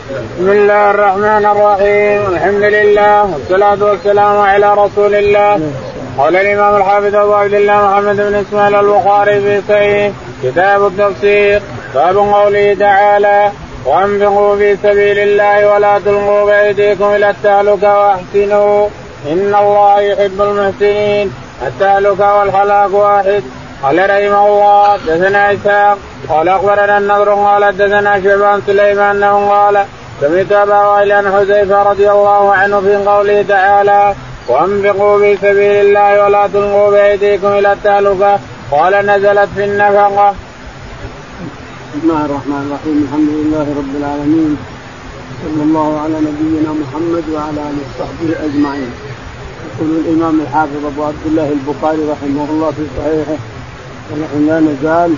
بسم الله الرحمن الرحيم. الحمد لله والصلاة والسلام على رسول الله. قال الإمام الحافظ أبو عبد الله محمد بن إسماعيل البخاري في صحيح كتاب التفسير باب قوله تعالى وأنفقوا في سبيل الله ولا تلقوا بأيديكم إلى التهلكة وأحسنوا إن الله يحب المحسنين. التهلكة والهلاك واحد. قال رحمه الله حدثنا إسحاق قال أخبرنا النضر قال حدثنا شعبان سليمان أنه قال سمعت أبا وائل عن حذيفة رضي الله عنه في قوله تعالى وأنفقوا في سبيل الله ولا تلقوا بأيديكم إلى التهلكة قال نزلت في النفقة. بسم الله الرحمن الرحيم. الحمد لله رب العالمين صلى الله على نبينا محمد وعلى آله وصحبه أجمعين. يقول الإمام الحافظ أبو عبد الله البخاري رحمه الله في صحيحه ونحن لا نزال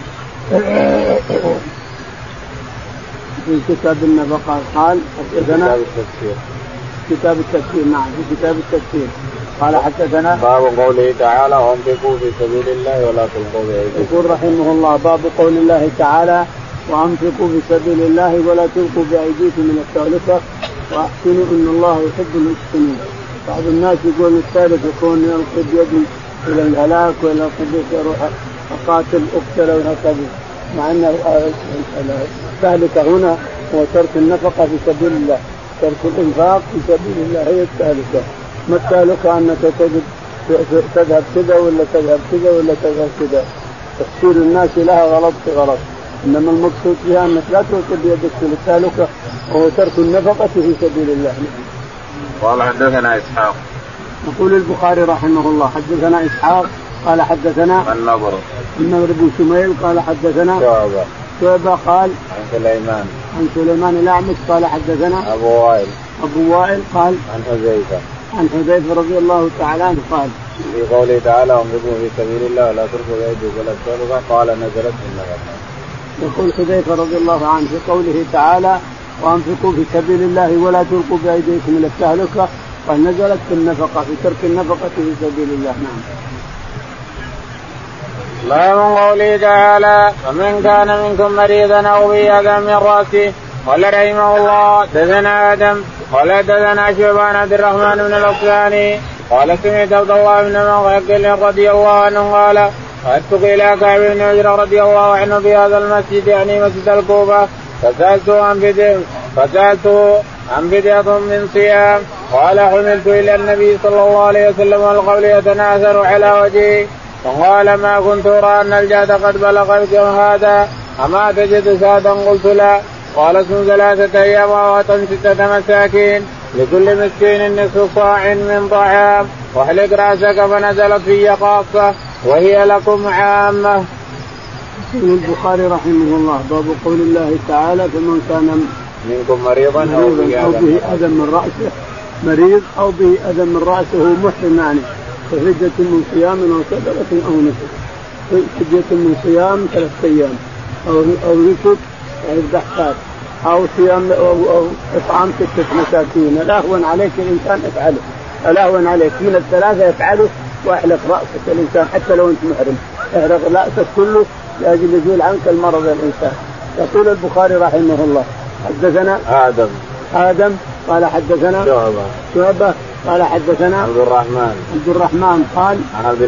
في كتاب النفقة. قال حدثنا كتاب التفسير. نعم في كتاب التفسير. قال حدثنا باب قوله تعالى وأنفقوا في سبيل الله ولا تلقوا بأيديكم. يقول رحمه الله باب قول الله تعالى وأنفقوا في سبيل الله ولا تلقوا بأيديكم من التهلكة وأحسنوا إن الله يحب المحسنين. بعض الناس يقول الثالث يكون يلقي بيده إلى الهلاك ولا يروح أقاتل أقتل وهكذا، مع أن التهلكة هنا هو ترك النفقة في سبيل الله، ترك الإنفاق في سبيل الله هي التهلكة. ما التهلكة أنك تذهب كذا ولا تذهب كذا ولا تذهب كذا، تحصيل الناس لها غلط في غلط، إنما المقصود بها أنك لا تلقي بيدك في التهلكة وهو ترك النفقة في سبيل الله. قال حدثنا إسحاق. يقول البخاري رحمه الله حدثنا إسحاق قال حدثنا النضر بن شميل قال حدثنا شعبة قال عن سليمان الأعمش قال حدثنا أبو وائل قال عن حذيفة رضي الله تعالى عنه قال في قوله تعالى وانفقوا في سبيل الله ولا تلقوا بأيديكم إلى التهلكة قال نزلت في النفقة. يقول حذيفة رضي الله عنه في قوله تعالى وأنفقوا في سبيل الله ولا تلقوا بأيديكم إلى التهلكة قال نزلت في النفقة في ترك النفقة في سبيل الله. نعم. لا من قوله تعالى ومن كان منكم مريضا أو به أذى من رأسه قال رحمه الله دثنا آدم قال دثنا شعبان عبد الرحمن بن الأصلاني قال سمعت عبد الله بن مغفل رضي الله عنه قال أتت إلى كعب بن عجرة رضي الله عنه في هذا المسجد يعني مسجد الكوفة فسألته عن بدعة من صيام قال حملت إلى النبي صلى الله عليه وسلم والقول يتناثر على وجهه فقال ما كنت أرى أن الجهد قد بلغ بكم هذا أما تجد سادا قلت لا قال صم 3 أيام وأطعم 6 مساكين لكل مسكين نصف صاع من طعام واحلق رأسك فنزلت في خاصة وهي لكم عامة. يقول البخاري رحمه الله باب قول الله تعالى فمن كان منكم مريضا أو به أذى من رأسه مريض أو به أذى من رأسه محسن يعني ففدية من صيام أو صدقة أو نسك. فدية من صيام 3 أيام أو نسك يذبح شاة أو صيام أو إطعام 6 مساكين. الأهون عليك الإنسان افعله، الأهون عليك من الثلاثة يفعله واحلق رأسك الإنسان حتى لو أنت محرم احلق رأسك كله لأجل يزول عنك المرض الإنسان. يقول البخاري رحمه الله حدثنا آدم قال حدثنا شعبة قال حدثنا عبد الرحمن قال عن عبد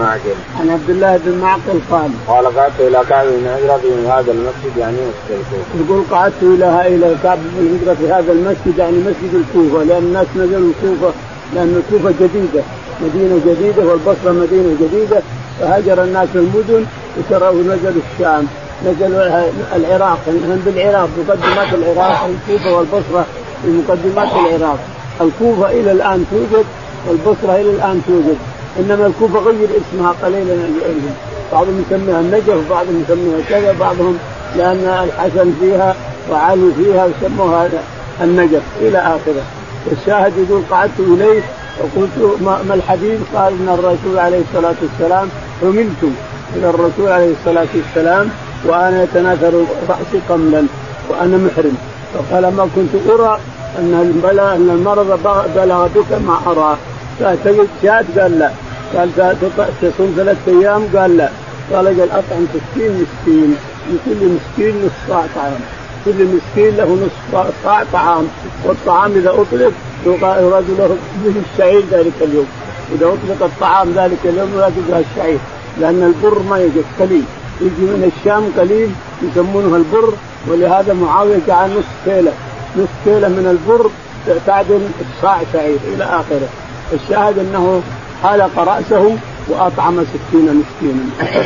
الله بن معقل قال قعدت إلى كعب بن عجرة في هذا المسجد يعني مسجد الكوفة. يقول قعدت إلى كعب بن عجرة في هذا المسجد يعني مسجد الكوفة لأن الناس نزلوا الكوفة لأن الكوفة جديدة مدينة جديدة والبصرة مدينة جديدة فهاجر الناس المدن وتروا نزلوا الشام نزلوا العراق هم بالعراق مقدمات العراق الكوفة والبصرة بمقدمات العراق. الكوفة إلى الآن توجد والبصرة إلى الآن توجد إنما الكوفة غير اسمها قليلا بعضهم يسميها النجف وبعضهم يسميها كذا بعضهم لأن الحسن فيها وعلي فيها وسموها النجف إلى آخره. والشاهد يقول قعدت إليه وقلت ما الحديث قال إن الرسول عليه الصلاة والسلام حملت إلى الرسول عليه الصلاة والسلام وأنا يتناثر رأسي قملا وأنا محرم فقال ما كنت أرى أن المرض بلغ بك ما أرى فتجد شاة قال لا قال تصوم 3 أيام قال لا قال أطعم 60 مسكين لكل مسكين نصف صاع طعام كل مسكين له نصف صاع طعام، والطعام إذا أطلق يراد له به الشعير ذلك اليوم، إذا أطلق الطعام ذلك اليوم يراد به الشعير، لأن البر ما يوجد قليل، يجي من الشام قليل يسمونه البر، ولهذا معاوية جعل نصف كيلة من البر تعدل صاع شعير إلى آخره. الشاهد أنه حلق رأسه وأطعم 60 مسكينا.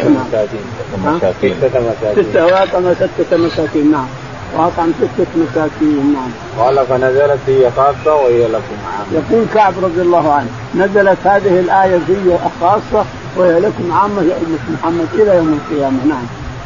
ستة مساكين نعم، وأطعم 6 مساكين نعم. قال فنزلت هي خاصة وهي لكم عامة. يقول كعب رضي الله عنه نزلت هذه الآية هي خاصة وهي لكم عامة يا أمة محمد إلى يوم القيامة. نعم.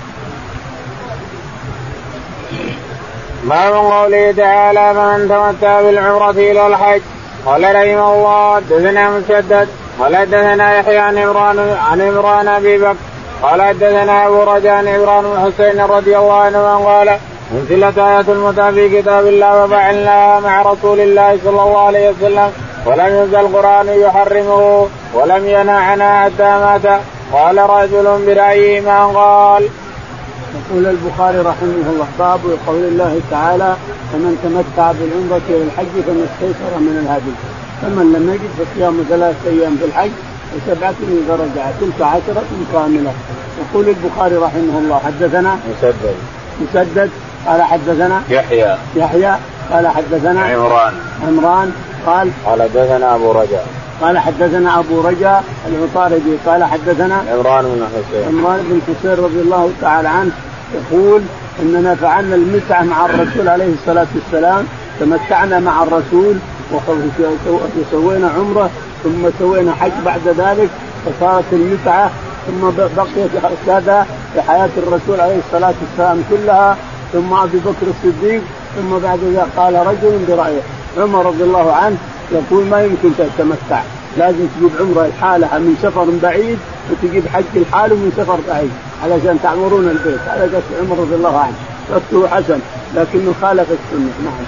باب قوله تعالى فمن تمتع بالعمرة إلى الحج. قال رحمه الله حدثنا مسدد قال حدثنا يحيى عن عمران أبي بكر قال حدثنا أبو رجاء عن عمران بن حسين رضي الله عنه قال انزلت آية المتعة في كتاب الله وفعلناها مع رسول الله صلى الله عليه وسلم ولم ينزل القرآن يحرمه ولم ينهى عنها حتى مات. قال رجل برأيه ما قال. يقول البخاري رحمه الله باب قول الله تعالى فمن تمتع بالعمرة إلى الحج فما استيسر من الهدي، فمن لم يجد فصيام 3 أيام في الحج و7 إذا رجع تلك 10 كاملة. يقول البخاري رحمه الله حدثنا مسدد قال حدثنا يحيى قال حدثنا عمران قال حدثنا أبو رجاء العطاردي قال حدثنا عمران بن حسين رضي الله تعالى عنه يقول إننا فعلنا المتعة مع الرسول عليه الصلاة والسلام، تمتعنا مع الرسول وسوينا عمرة ثم سوينا حج بعد ذلك فصارت المتعة، ثم بقيت كذا في حياة الرسول عليه الصلاة والسلام كلها، ثم أبي بكر الصديق، ثم بعد ذلك قال رجل برأيه. عمر رضي الله عنه يقول ما يمكن تتمتع، لازم تجيب عمرة الحالة من سفر بعيد وتجيب حج الحالة من سفر بعيد علشان تعمرون البيت. على قصد عمر رضي الله عنه قصده حسن لكنه خالف السنة. نعم.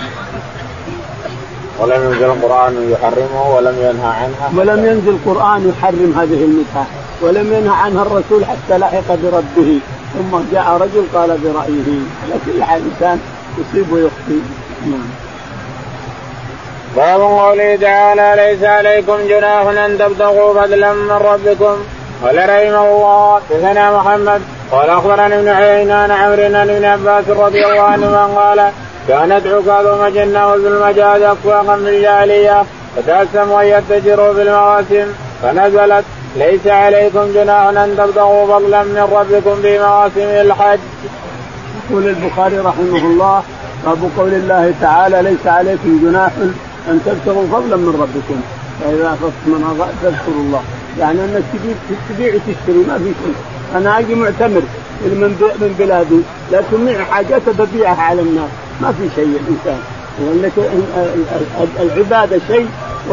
ولم ينزل القرآن يحرمه ولم ينهى عنها، ولم ينزل القرآن يحرم هذه المتعة ولم ينهى عنها الرسول حتى لحق بربه، ثم جاء رجل قال برأيه. لكن الإنسان يصيب ويخطئ. باب قوله تعالى ليس عليكم جناح أن تبتغوا فضلا من ربكم. قال رحمه الله حدثنا محمد قال أخبرني ابن عيينة عن عمرو بن ابن عباس رضي الله عنهما قال كانت عكاظ مجنة وذو المجاز أكواقا في الجاهلية فتأسموا أن يتجروا في المواسم فنزلت ليس عليكم جناح أن تبتغوا فضلا من ربكم في مواسم الحج. يقول البخاري رحمه الله باب قول الله تعالى ليس عليكم جناح أن تبتغوا فضلا من ربكم فإذا أخذتم من تذكروا الله، يعني أنك تبيع وتشتري ما في شيء. أنا أجي معتمر من بلادي لكن حاجات ببيعها على الناس ما في شيء الإنسان، العبادة شيء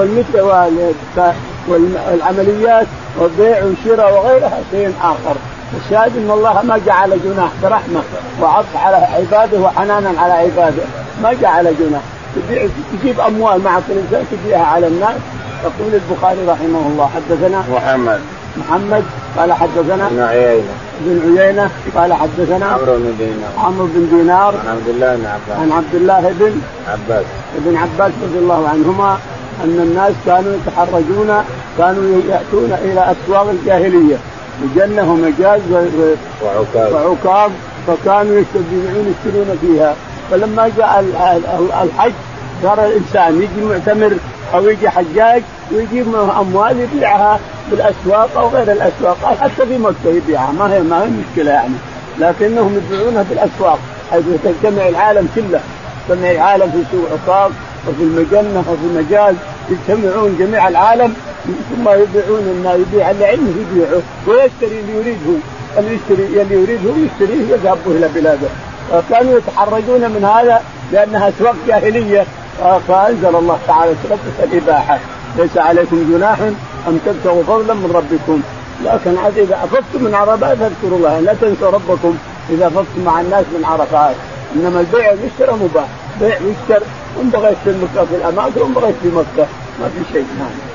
والعمليات والبيع والشراء وغيرها شيء آخر. الشاهد أن الله ما جعل جناح برحمة وعطف على عباده وحنانا على عباده، ما جعل جناح تجيب أموال معك الإنسان تبيعها على الناس. يقول البخاري رحمه الله حدثنا محمد قال حدثنا ابن عيينة قال حدثنا عمرو بن دينار عن عبد الله بن عباس رضي الله عنهما أن الناس كانوا يتحرجون، كانوا يأتون إلى أسواق الجاهلية مجنة ومجاز وعكاظ، فكانوا يشترون فيها. فلما جاء الحج صار الإنسان يجي معتمر أو يجي حجاج ويجيب أموال يبيعها بالأسواق أو غير الأسواق، أو حتى في مكة يبيعها ما هي مشكلة يعني، لكنهم يبيعونها بالأسواق حيث تجتمع العالم كله، تجتمع العالم في سوق عكاظ وفي المجنة وفي المجاز، يجتمعون جميع العالم ثم يبيعون ما يبيع العلم يبيعه ويشتري اللي يريده، اللي يريده يشتريه يذهب إلى بلاده. وكانوا يتحرجون من هذا لأنها أسواق جاهلية، فأنزل الله تعالى تلبس الإباحة ليس عليكم جناح أن تبتغوا فضلا من ربكم، لكن عاد إذا أفضتم من عرفات فاذكروا الله، لا تنسوا ربكم إذا أفضتم مع الناس من عرفات. إنما البيع والشراء مباح، بيع واشتر وإن بغيت في مكة في الأماكن وإن بغيت في مكة ما في شيء.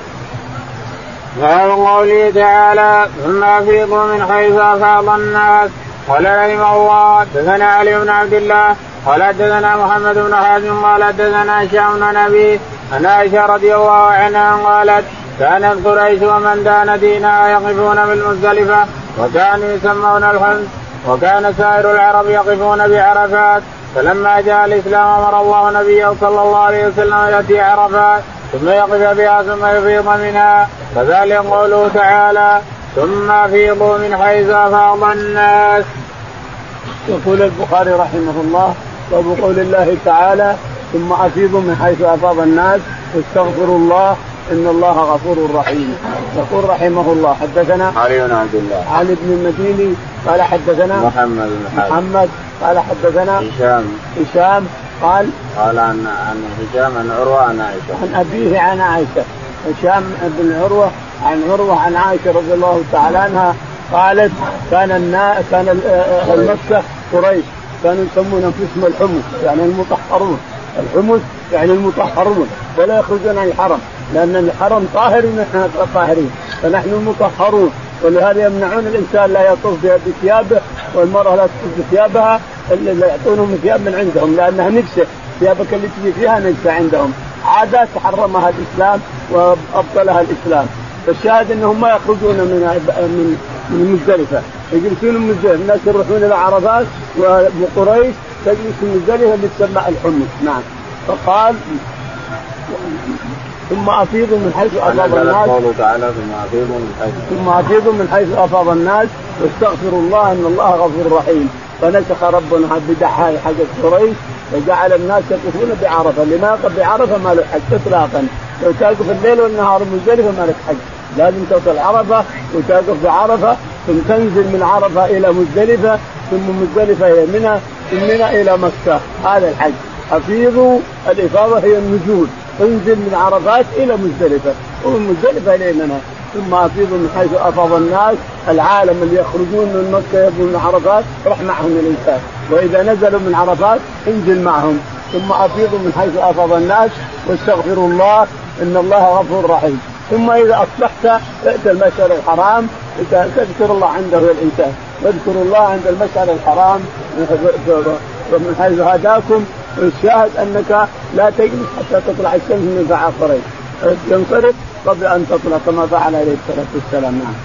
باب قوله تعالى ثم أفيضوا من حيث أفاض الناس. قال رحمه الله حدثنا علي بن عبد الله قال حدثنا محمد بن حازم قال حدثنا هشام بن نبي عن عائشة رضي الله عنها قالت كانت قريش ومن دان دينها يقفون بالمزدلفة وكانوا يسمون الحمص وكان سائر العرب يقفون بعرفات فلما جاء الإسلام أمر الله نبيه صلى الله عليه وسلم يأتي عرفات ثم يقف بها ثم يفيض منها كذلك قوله تعالى ثم أفيضوا من حيث أفاض الناس. يقول البخاري رحمه الله باب قول الله تعالى ثم أفيضوا من حيث أفاض الناس واستغفروا الله إن الله غفور رحيم. يقول رحمه الله حدثنا علي بن عبد الله علي بن المديني قال حدثنا محمد قال حدثنا هشام قال عن هشام عن عروة عن عائشة عن أبيه عن عائشة. هشام بن عروة عن عائشة رضي الله تعالى عنها قالت كان مكة قريش كانوا يسمون أنفسهم الحمص يعني المطهرون. الحمص يعني المطهرون ولا يخرجون عن الحرم لأن الحرم طاهر ونحن طاهرين فنحن المطهرون ولهذا يمنعون الإنسان لا يطوف بثيابه والمرأة لا تطوف بثيابها إلا يعطونهم ثياب من عندهم لأنها نجسة. ثيابك اللي تجي فيها نجسة عندهم عادات حرمها الإسلام وأبطلها الإسلام. فالشاهد أنهم ما يخرجون من مزدلفة يجلسون مزدلفة. الناس يروحون إلى عرفات وقريش تجلس مزدلفة اللي تسمى الحمص. نعم. فقال ثم أفيضوا من حيث أفاض الناس ثم أفيضوا من حيث أفاض الناس واستغفروا الله إن الله غفور رحيم. فنسخ ربنا بدعاء حق قريش وجعل الناس يقفون بعرفة. اللي ما يقف بعرفة ما له حج إطلاقا. لو تقف الليل والنهار مزدلفة ما لك حج. لازم توصل عرفة وتقف بعرفة ثم تنزل من عرفة إلى مزدلفة ثم مزدلفة إلى منى ثم منى إلى مكة. هذا الحج. أفيضوا الإفاضة هي النزول انزل من عرفات إلى مزدلفة ومن مزدلفة إلى منى ثم أفيضوا من حيث أفاض الناس. العالم اللي يخرجون من مكة يبدو من عرفات روح معهم الإنسان وإذا نزلوا من عرفات انزل معهم ثم أفيضوا من حيث أفاض الناس واستغفروا الله إن الله غفور رحيم. ثم إذا أصبحت تأتي المشعر الحرام تذكر الله عنده الإنسان واذكروا الله عند المشعر الحرام ومن حيث هداكم. الشاهد أنك لا تجلس حتى تطلع الشمس من فعاقرين تنصرف قبل أن تطلع كما فعل عليه الصلاة والسلام. نعم.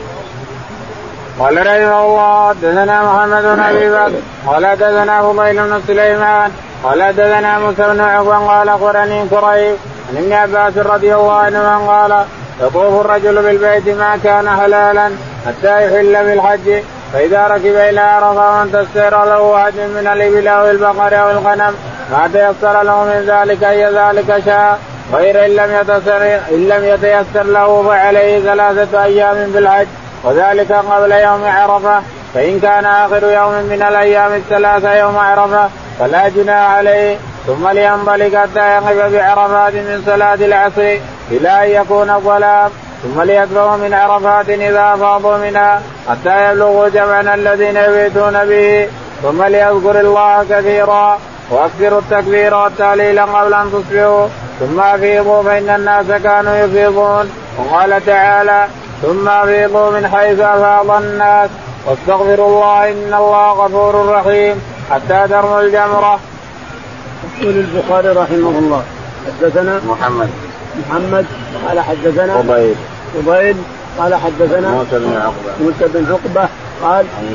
قال رحمه الله دثنا محمد بن أبي بكر قال دثنا فضيل بن سليمان قال دثنا موسى بن عقبة قال أخبرني كريب عن ابن عباس رضي الله عنهما قال يطوف الرجل بالبيت ما كان حلالا حتى يحل بالحج فإذا ركب إلى عرفة وأن تستير له واحد من الإبل أو البقر أو الغنم ما تيسر له من ذلك أي ذلك شاء غير إن لم يتيسر له فعليه 3 أيام بالحج وذلك قبل يوم عرفة. فإن كان آخر يوم من الأيام 3 يوم عرفة فلا جناح عليه ثم لينطلق حتى يقف بعرفات من صلاة العصر إلى أن يكون الظلام ثم ليدفعوا من عرفات إذا أفاضوا منها حتى يبلغوا جمعنا الذين يبيتون به ثم ليذكر الله كثيرا وأكثروا التكبير والتهليل قبل أن تصبحوا ثم أفيضوا فإن الناس كانوا يفيضون. وقال تعالى ثم أفيضوا من حيث أفاض الناس واستغفروا الله إن الله غفور رحيم حتى ترموا الجمرة. يقول البخاري رحمه الله حدثنا محمد قال حدثنا فضيل قال حدثنا موسى بن عقبة قال عن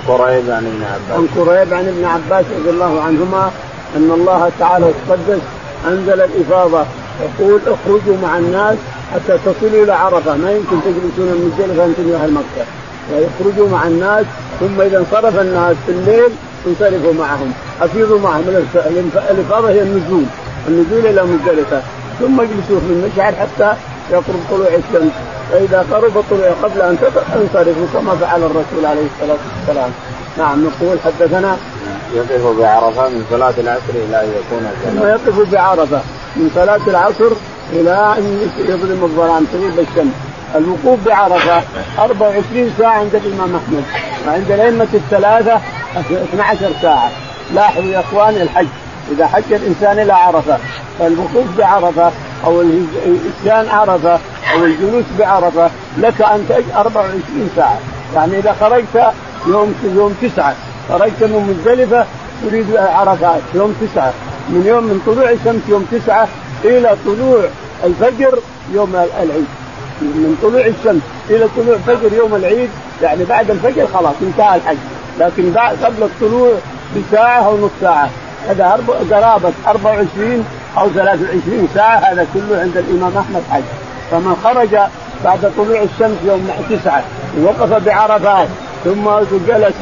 كريب عن ابن عباس رضي الله عنهما أن الله تعالى تقدس أنزل الإفاضة يقول اخرجوا مع الناس حتى تصلوا إلى عرفة ما يمكن تجلسون من مزدلفة أنتم يا أهل مكة ويخرجوا مع الناس ثم إذا انصرف الناس في الليل انصرفوا معهم أفيضوا معهم. الإفاضة هي النزول إلى مزدلفة ثم اجلسوا في المشعر حتى يقرب طلوع الشمس فإذا قرب طلوع قبل أن تنصرفوا كما فعل الرسول عليه الصلاة والسلام. نعم. نقول حدثنا يقف بعرفة من صلاة العصر إلى أن يكون الظلام يقف بعرفة من صلاة العصر إلى أن يظلم الظلام تغيب الشمس. الوقوف بعرفة 24 ساعة عند الإمام أحمد وعند الأئمة 3 12 ساعة. لاحظوا يا إخواني الحج إذا حج الإنسان إلى عرفة فالوقوف بعرفة أو الإتيان عرفة أو الجلوس بعرفة لك أن تجد 24 ساعة. يعني إذا خرجت يوم 9 خرجت من مزدلفة تريد عرفات يوم 9 من طلوع الشمس يوم 9 إلى طلوع الفجر يوم العيد. من طلوع الشمس إلى طلوع الفجر يوم العيد يعني بعد الفجر خلاص انتهى الحج. لكن بعد قبل الطلوع بساعة أو نص ساعة هذا قرابة 24 أو 23 ساعة هذا كله عند الإمام أحمد حج. فمن خرج بعد طلوع الشمس يوم 9 ووقف بعرفات ثم جلس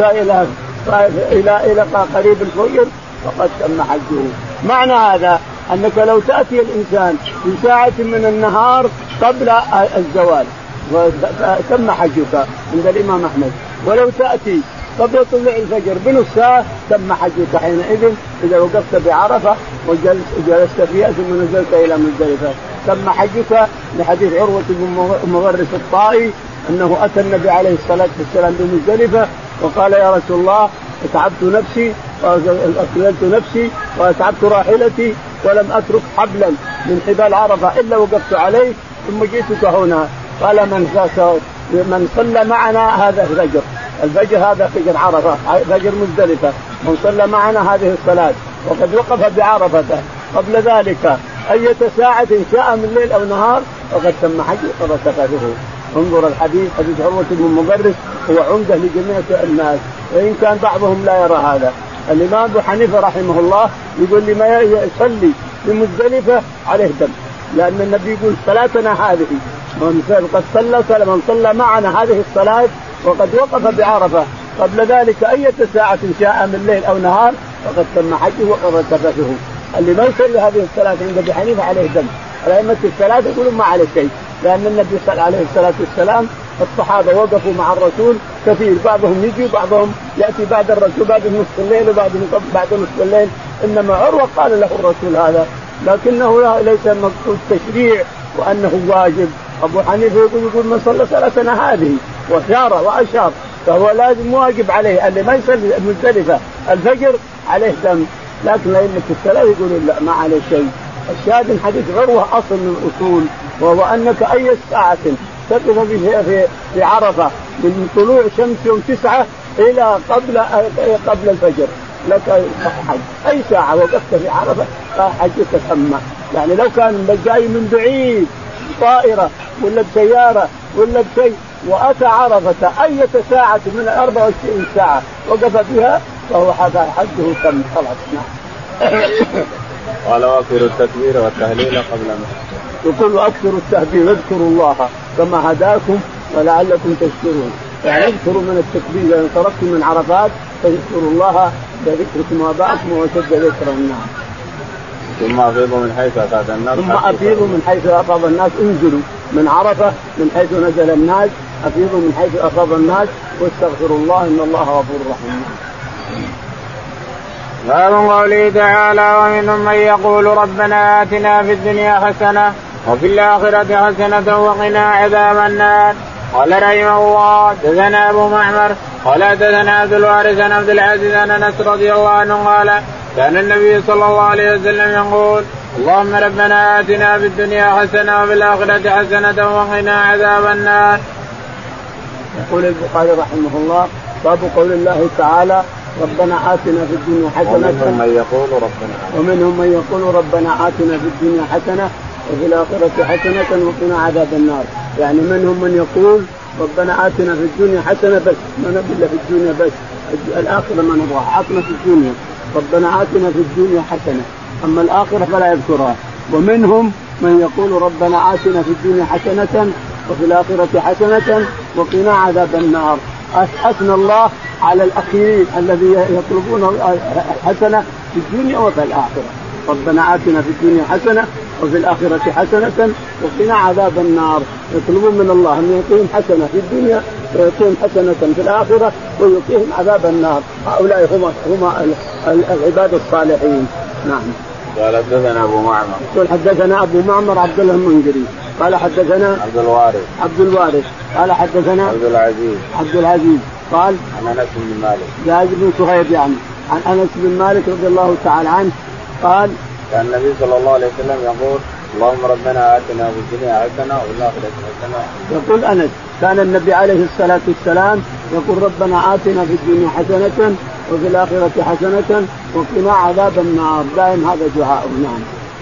إلى قريب الفجر فقد تم حجه. معنى هذا أنك لو تأتي الإنسان في ساعة من النهار قبل الزوال تم حجك عند الإمام أحمد، ولو تأتي قبل طلوع الفجر بنص ساعة تم حجك حينئذ إذا وقفت بعرفة وجلست فيها ثم نزلت إلى مزدلفة تم حجك. لحديث عروة بن مغرس الطائي أنه أتى النبي عليه الصلاة والسلام بمزدلفة وقال يا رسول الله اتعبت نفسي وأكللت نفسي وأتعبت راحلتي ولم أترك حبلا من حبال عرفة إلا وقفت عليه ثم جئتك هنا. قال من صلى معنا هذا الفجر هذا فجر عرفة فجر مزدلفة من صلى معنا هذه الصلاة وقد وقف بعرفة قبل ذلك أي ساعة شاء من ليل أو نهار وقد تم حجه وقد تفاته. انظر الحديث حديث عروة بن مغرس هو عمدة لجميع الناس وإن كان بعضهم لا يرى هذا. الإمام أبو حنيفة رحمه الله يقول لي ما يصلي بمزدلفة عليه دم لأن النبي يقول صلاتنا هذه من صلى معنا هذه الصلاة وقد وقف بعرفة قبل ذلك أي ساعة شاء من ليل أو نهار وقد تم حجه وقد تفته. اللي ما يصلي هذه الصلاة عند أبي حنيفة عليه دم. الأئمة الثلاثة يقولون ما عليه شيء لأن النبي صلى عليه الصلاة والسلام الصحابة وقفوا مع الرسول كثير بعضهم يجي بعضهم يأتي بعد الرسول بعد نصف الليل وبعضهم بعد نصف الليل. إنما عروة قال له الرسول هذا لكنه ليس مقصود تشريع وأنه واجب. أبو حنيفة يقول من صلى صلاتنا هذه وأشار فهو لازم واجب عليه اللي ما يصلي مزدلفة الفجر عليه دم. لكن أئمة الثلاثة يقولون لا ما عليه شيء. الشاهد من حديث عروة أصل من الأصول وهو أنك أي ساعة تقف في عرفة من طلوع شمس يوم 9 إلى قبل الفجر لك حج. أي ساعة وقفت في عرفة حجك تم. يعني لو كان جاي من بعيد طائرة ولا بسيارة ولا بشيء وأتى عرفة أي ساعة من 24 ساعة وقف بها فهو حجه تم خلاص. قال واكثروا التكبير والتهليل قبل ما يقول واكثروا التهليل اذكروا الله كما هداكم ولعلكم تشكرون. يعني اذكروا من التكبير إذا تركتم من عرفات فاذكروا الله بذكركم واباءكم وشد ذكر الناس. ثم افيضوا من حيث افاض الناس من حيث افاض الناس انزلوا من عرفه من حيث نزل الناس افيضوا من حيث افاض الناس واستغفروا الله ان الله غفور رحيم. باب قوله تعالى ومنهم من يقول ربنا آتنا في الدنيا حسنة وفي الآخرة حسنة وقنا عذاب النار. قال رحمه الله دثنا أبو معمر قال دثنا عبد الوارث عن عبد العزيز عن أنس رضي الله عنه قال كان النبي صلى الله عليه وسلم يقول اللهم ربنا آتنا في الدنيا حسنة وفي الآخرة حسنة وقنا عذاب النار. يقول البخاري رحمه الله باب قول الله تعالى ربنا آتنا في الدنيا حسنة ومنهم من يقول ربنا آتنا في الدنيا حسنة وفي الآخرة حسنة وقنا عذاب النار. يعني منهم من يقول ربنا آتنا في الدنيا حسنة بس ما نبي في الدنيا بس الآخرة ما نبغى عطنا في الدنيا ربنا آتنا في الدنيا حسنة أما الآخرة فلا يذكرها. ومنهم من يقول ربنا آتنا في الدنيا حسنة وفي الآخرة حسنة وقنا عذاب النار. أثنى الله على الأخيرين الذي يطلبون حسنة في الدنيا وفي الآخرة. ربنا آتنا في الدنيا حسنة وفي الآخرة حسنة وقنا عذاب النار. يطلبون من الله أن يعطيهم حسنة في الدنيا ويعطيهم حسنة في الآخرة ويعطيهم عذاب النار. هؤلاء هم العباد الصالحين. نعم. قال حدثنا أبو معمر يقول حدثنا أبو معمر عبد الله المنذري قال حدثنا عبد الوارث قال حدثنا عبد العزيز قال عن أنس بن مالك زايد بن صهيب يعني عن أنس بن مالك رضي الله تعالى عنه قال كان النبي صلى الله عليه وسلم يقول اللهم ربنا آتنا في الدنيا حسنة وفي الآخرة حسنة. يقول أنس كان النبي عليه الصلاة والسلام يقول ربنا آتنا في الدنيا حسنة وفي الآخرة حسنة وقنا عذاب النار. دائم هذا دعاء. نعم.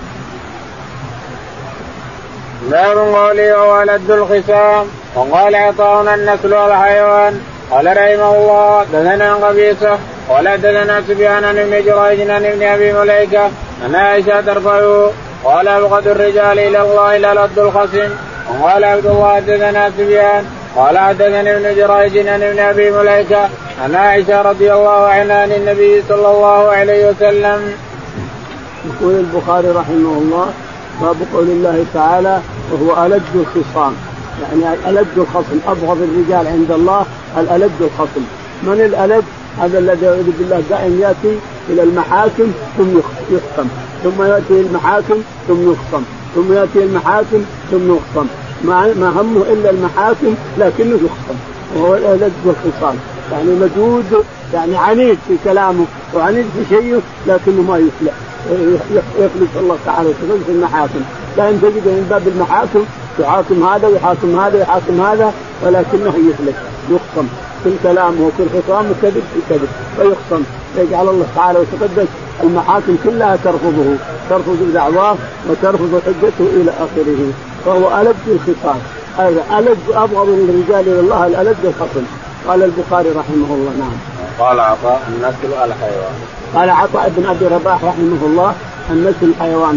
باب قوله وهو ألد الخصام. وقال عطاؤنا النسل والحيوان. قال رحمه الله دثنا قبيصة ولا دثنا سفيان بن جريج عن ابن أبي مليكة أن عائشة ترفعه قال أبغض الرجال إلى الله لألد الخصم. وقال عبد الله دثنا سفيان قال حدثني ابن جريج عن ابن أبي مليكة أن عائشة رضي الله عنها عن النبي صلى الله عليه وسلم. يقول البخاري رحمه الله باب قول الله تعالى وهو ألد الخصام، يعني ألد الخصم. أبغض الرجال عند الله الألد الخصم. من الألد؟ هذا الذي يعوذ بالله دائم يأتي إلى المحاكم ثم يخصم، ثم يأتي المحاكم ثم يخصم، ثم يأتي المحاكم ثم يخصم، ما همه إلا المحاكم لكنه يخصم. وهو الألد والخصام، يعني مجود، يعني عنيد في كلامه وعنيد في شيء لكنه ما يفلح، يخلص الله تعالى في المحاكم. لا تجد من باب المحاكم يحاكم هذا ويحاكم هذا ويحاكم هذا ولكنه يفلح، يخصم كل كلامه وكل خصامه كذب في كذب فيخصم. يجعل الله تعالى وتقدس المحاكم كلها ترفض دعواه وترفض حجته إلى آخره. فهو ألد الخصام. هذا ألد أبغض الرجال إلى الله الألد الخصم. قال البخاري رحمه الله. نعم. قال عطاء النسل الحيوان. قال عطاء بن أبي رباح رحمه الله النسل الحيوان.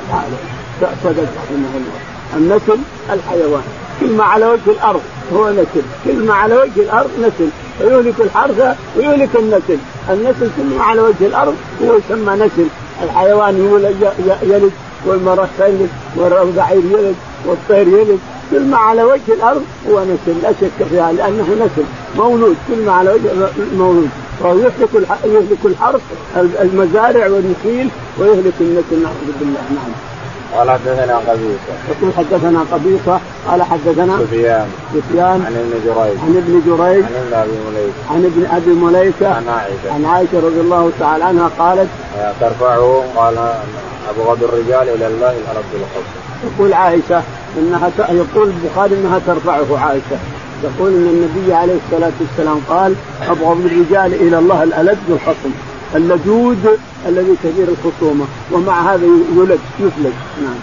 صدق رحمه الله. النسل الحيوان كلمة على وجه الأرض هو نسل، كلمة على وجه الأرض نسل، ويهلك الحرث ويهلك النسل. النسل كلمة على وجه الأرض هو يسمى نسل. الحيوان هو يلد والمرأة تلد والبعير يلد والطير يلد. كلمة على وجه الأرض هو نسل لا شك فيها لأنه نسل مولود. كلمة على وجه المولود. فهو يهلك الحرث المزارع والنخيل ويهلك النسل. نعوذ بالله. نعم. قال حدثنا قبيصة. يقول حدثنا قبيصة قال حدثنا سفيان عن ابن جريج عن ابن أبي مليكة عن عائشة رضي الله تعالى عنها قالت ترفعه قال أبغض الرجال إلى الله الألد الخصم. يقول عائشة إنها يقول البخاري إنها ترفعه. عائشة يقول إن النبي عليه الصلاة والسلام قال أبغض الرجال إلى الله الألد الخصم، اللدود الذي كثير الخصومة ومع هذا يفلج. نعم.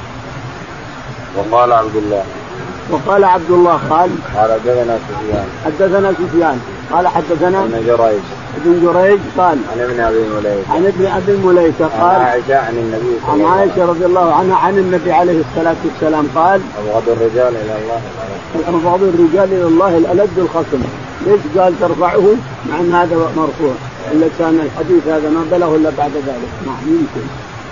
وقال عبد الله قال حدثنا سفيان قال حدثنا ابن جريج قال عن ابن أبي مليكة قال عن عائشة رضي الله عنها عن النبي عليه الصلاة والسلام قال أبغض الرجال إلى الله الألد الخصم. ليش قال ترفعه مع أن هذا مرفوع؟ إلا كان الحديث هذا ما بلغه إلا بعد ذلك. يمكن.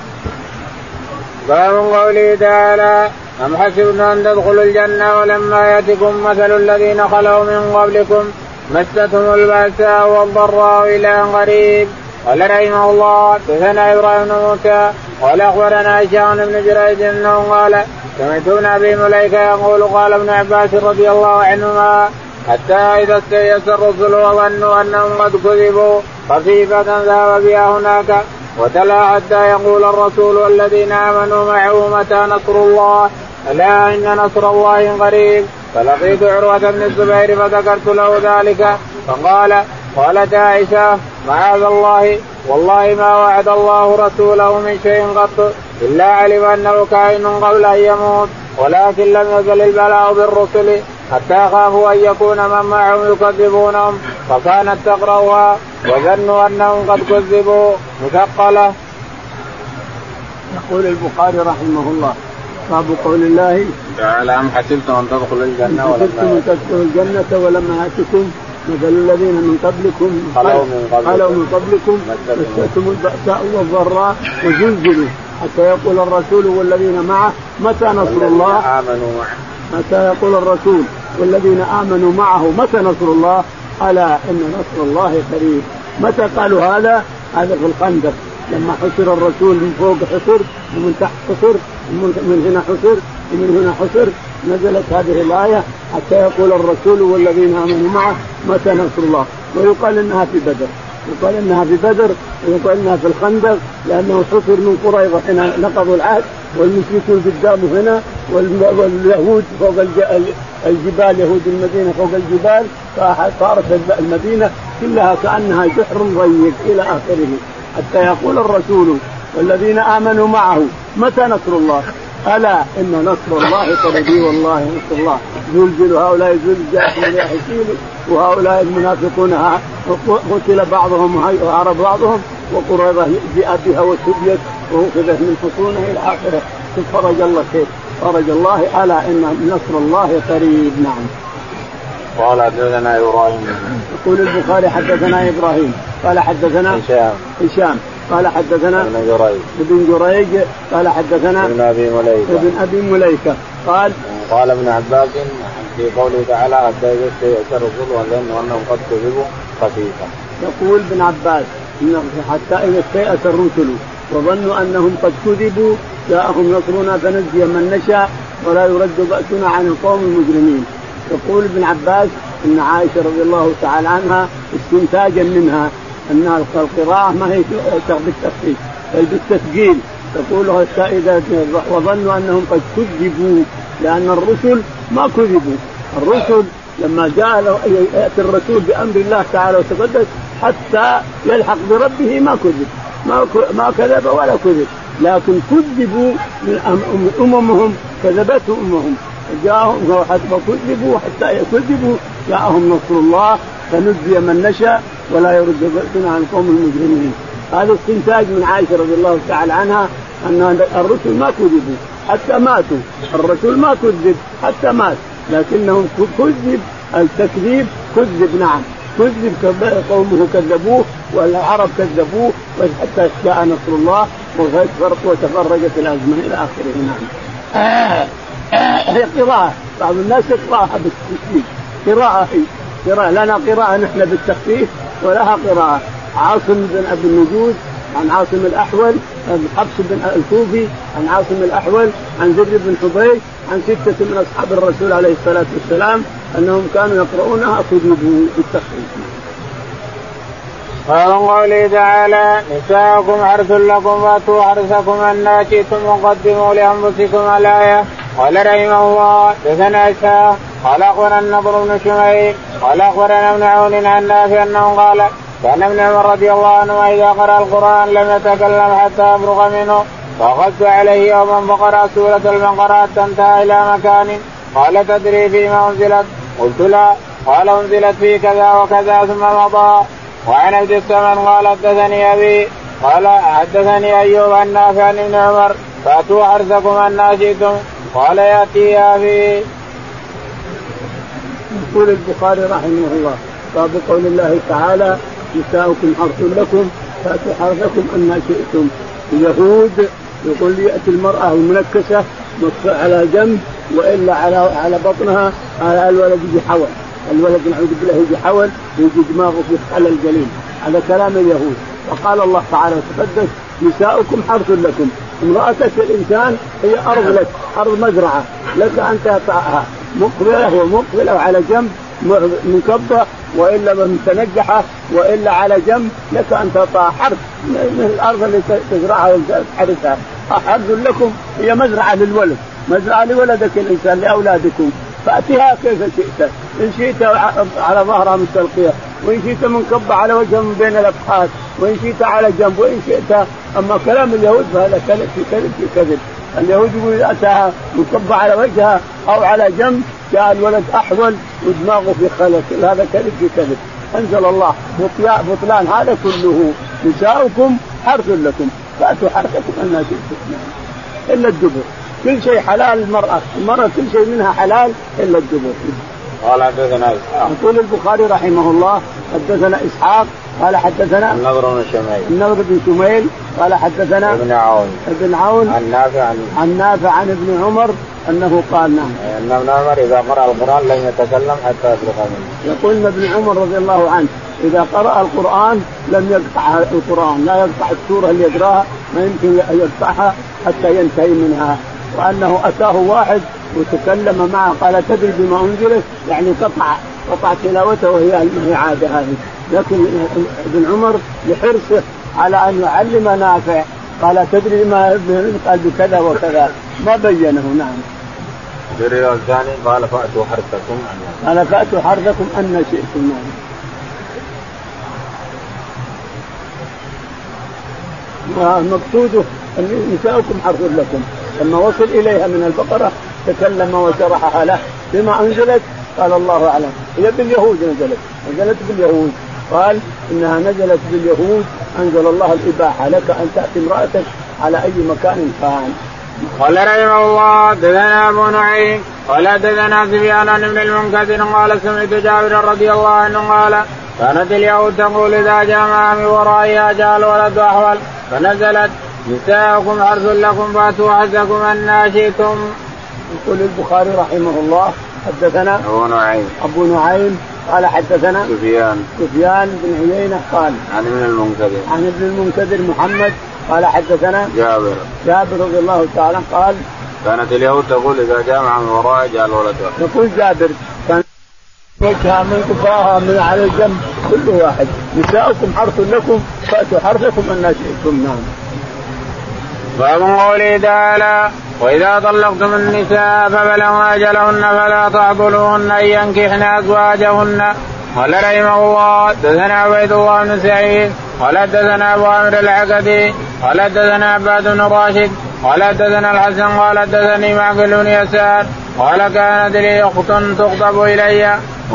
باب قوله تعالى أم حسبتم أن تدخلوا الجنة ولما يأتكم مثل الذين خلوا من قبلكم مستهم البأساء والضراء إلى قريب. قال رحمه الله دثنا إبراهيم بن موسى قال أخبرنا هشام بن جريج أنه قال سمعت ابن أبي مليكة يقول قال ابن عباس رضي الله عنهما حتى إذا استيأس الرسل وظنوا أنهم قد كذبوا خفيفة ذهب بها هناك وتلا حتى يقول الرسول والذين آمنوا معه متى نصر الله ألا إن نصر الله قريب. فلقيت عروة بن الزبير فذكرت له ذلك قالت عائشة معاذ الله والله ما وعد الله رسوله من شيء قط إلا علم أنه كائن قبل أن يموت ولكن لم يزل البلاء بالرسل حتى خافوا أن يكون من معهم يكذبونهم فكانت تقرأها وظنوا أنهم قد كذبوا مثقلة. يقول البخاري رحمه الله باب قول الله تعالى أم حسبتم أن تدخلوا الجنة ولما يأتكم مثل الذين من قبلكم خلوا من قبلكم مستهم البأساء والضراء وزلزلوا حتى يقول الرسول والذين معه متى نصر الله. متى يقول الرسول والذين آمنوا معه متى نصر الله ألا إن نصر الله قريب. متى قالوا هذا في الخندق لما حصر الرسول من فوق حصر ومن تحت حصر من هنا حصر ومن هنا حصر نزلت هذه الآية حتى يقول الرسول والذين آمنوا معه متى نصر الله. ويقال إنها في بدر ويقال إنها في الخندق لأنه حصر من قريظة هنا نقضوا العهد والمشركون قدامه هنا واليهود فوق الجبال يهود المدينة فوق الجبال فصارت المدينة كلها كأنها جحر ضيق إلى آخره، حتى يقول الرسول والذين آمنوا معه متى نصر الله؟ ألا إن نصر الله قريب، والله نصر الله زلزل هؤلاء زلزال يحسين وهؤلاء المنافقون قتل بعضهم وهرب بعضهم وقريضة جاء بها وسبيت وأخذت من حصونها إلى آخره. فرج الله كيف فرج الله، ألا إن نصر الله قريب. نعم. قال حدثنا إبراهيم. يقول البخاري حدثنا إبراهيم قال حدثنا هشام قال حدثنا ابن جريج قال حدثنا ابن أبي مليكة قال ابن عباس في قوله تعالى حتى إذا استيأس الرسل وظنوا أنهم قد كذبوا خفيفا. يقول ابن عباس حتى إذا استيأس الرسل وظنوا أنهم قد كذبوا جاءهم نصرنا فنجي من نشاء ولا يرد بأسنا عن القوم المجرمين. يقول ابن عباس إن عائشة رضي الله تعالى عنها استنتاجا منها أن القراءة ما هي بالتخفيف بل بالتثقيل. تقول إذا وظنوا أنهم قد كذبوا، لأن الرسل ما كذبوا. الرسل لما جاء يأتي الرسول بأمر الله تعالى وتقدس حتى يلحق بربه ما كذب، ما كذب ولا كذب، لكن كذبوا من أممهم كذبته أمهم جاءهم حتى كذبوا حتى يكذبوا جاءهم نصر الله فنجي من نشاء ولا يرد بأسنا عن القوم المجرمين. هذا استنتاج من عائشة رضي الله تعالى عنها أن الرسل ما كذبوا حتى ماتوا. الرسول ما كذب حتى مات، لكنهم كذب التكذيب كذب. نعم كذب قومه كذبوه والعرب كذبوه حتى جاء نصر الله وتفرجت الأزمة إلى آخره. نعم. هي قراءة بعض الناس يقرأها بالتخفيف، قراءة لنا قراءة نحن بالتخفيف ولها قراءة. عاصم بن أبي النجود عن عاصم الأحول حفص بن الكوفي عن عاصم الأحول عن زر بن حبيش عن 6 من أصحاب الرسول عليه الصلاة والسلام أنهم كانوا يقرؤونها كذبوا بالتخفيف. قوله تعالى نساؤكم حرث لكم فأتوا حرثكم أنى شئتم وقدموا لأنفسكم الآية. قال رحمه الله حدثنا إسحاق قال أخبرنا النضر بن شميل قال أخبرنا ابن عون عن نافع أنه قال كان ابن عمر رضي الله عنه إذا قرأ القرآن لم يتكلم حتى يفرغ منه، فأخذت عليه يوما فقرأ سورة البقرة تنتهى إلى مكان قال تدري فيما أنزلت؟ قلت لا. قال أنزلت في كذا وكذا ثم مضى. وعن عبد السمن قال حدثني أبي قال حدثني أيوب عن نافع عن ابن عمر فأتوا حرثكم أنى شئتم قال يأتي أبي. يقول البخاري رحمه الله باب قول الله تعالى نساؤكم حرث لكم فأتوا حرثكم أنى شئتم. اليهود يقول يأتي المرأة المنكسة على جنب وإلا على بطنها على الولد يجي حول، الولد نعوذ بالله يجي حول ويجي دماغه في خلل جليل. هذا كلام اليهود. وقال الله تعالى وتقدس نساؤكم حرث لكم. امرأتك الإنسان هي أرض لك، أرض مزرعة لك أن تقطعها مقبلة ومقبلة وعلى جنب مكبة وإلا متنجحة وإلا على جنب لك أن تقطع حرث من الأرض اللي تزرعها وتحرثها. حرث لكم هي مزرعة للولد، مزرعة لولدك الإنسان لأولادكم فأتها كيف شئت، إن شئت على ظهرها مستلقية وإن شئت منكبة على وجهها من بين الأفخاذ وإن شئت على جنب وإن شئت. أما كلام اليهود فهذا كذب في كذب في كذب. اليهود يقول أتاها منكبة على وجهها أو على جنب جاء الولد أحول ودماغه في خلل، هذا كذب في كذب. أنزل الله بطلان هذا كله. نساؤكم حرث لكم فأتوا حرثكم أنى شئتم إلا الدبر. كل شيء حلال المرأة كل شيء منها حلال إلا الدبر. قال حدثنا إسحاق. يقول البخاري رحمه الله حدثنا إسحاق قال حدثنا النضر بن شميل قال حدثنا ابن عون عن نافع عن ابن عمر أنه قال نعم أن ابن عمر إذا قرأ القرآن لم يتكلم حتى يفرغ منه. يقول ابن عمر رضي الله عنه إذا قرأ القرآن لم يقطع القرآن، لا يقطع السورة اللي يقرأها ما يمكن يقطعها حتى ينتهي منها. وأنه أتاه واحد وتكلم معه قال تدري بما أنزلت، يعني قطع تلاوته وهي عادة هذه. لكن ابن عمر لحرصه على أن يعلم نافع قال تدري ما قال بكذا وكذا ما بينه. نعم. الرواية الثاني قال فأتوا حرثكم أن شئتم. مقصوده أن نساؤكم حرث لكم. لما وصل إليها من البقرة تكلم وشرحها له بما أنزلت قال الله أعلم. هي باليهود نزلت باليهود، قال إنها نزلت باليهود، أنزل الله الإباحة لك أن تأتي امرأتك على أي مكان كان. قال رحمه الله دثنا أبو نعيم قال دثنا سفيان بن المنكدر قال سمعت جابر رضي الله عنه قال كانت اليهود تقول إذا جاء من ورائها جاء الولد أحول فنزلت نساؤكم حرث لكم فأتوا حرثكم أن شئتم. يقول البخاري رحمه الله حدثنا أبو نعيم قال حدثنا سفيان بن عيينة قال عن ابن المنكدر محمد قال حدثنا جابر رضي الله تعالى قال كانت اليهود تقول إذا جاء من وراء جاء الولد. يقول جابر كان وجهها من كفاها من على الجنب كل واحد نساؤكم حرث لكم فأتوا حرثكم أن شئتم. نعم. باب قوله تعالى وإذا طلقتم النساء فبلغن أجلهن فلا تعضلوهن أن ينكحن أزواجهن. قال رحمه الله دثنا عبيد الله بن سعيد قال دثنا أبو عامر العقدي قال دثنا عباد بن راشد قال دثنا الحسن قال دثني معقل بن يسار قال كانت لي أخت تخطب إلي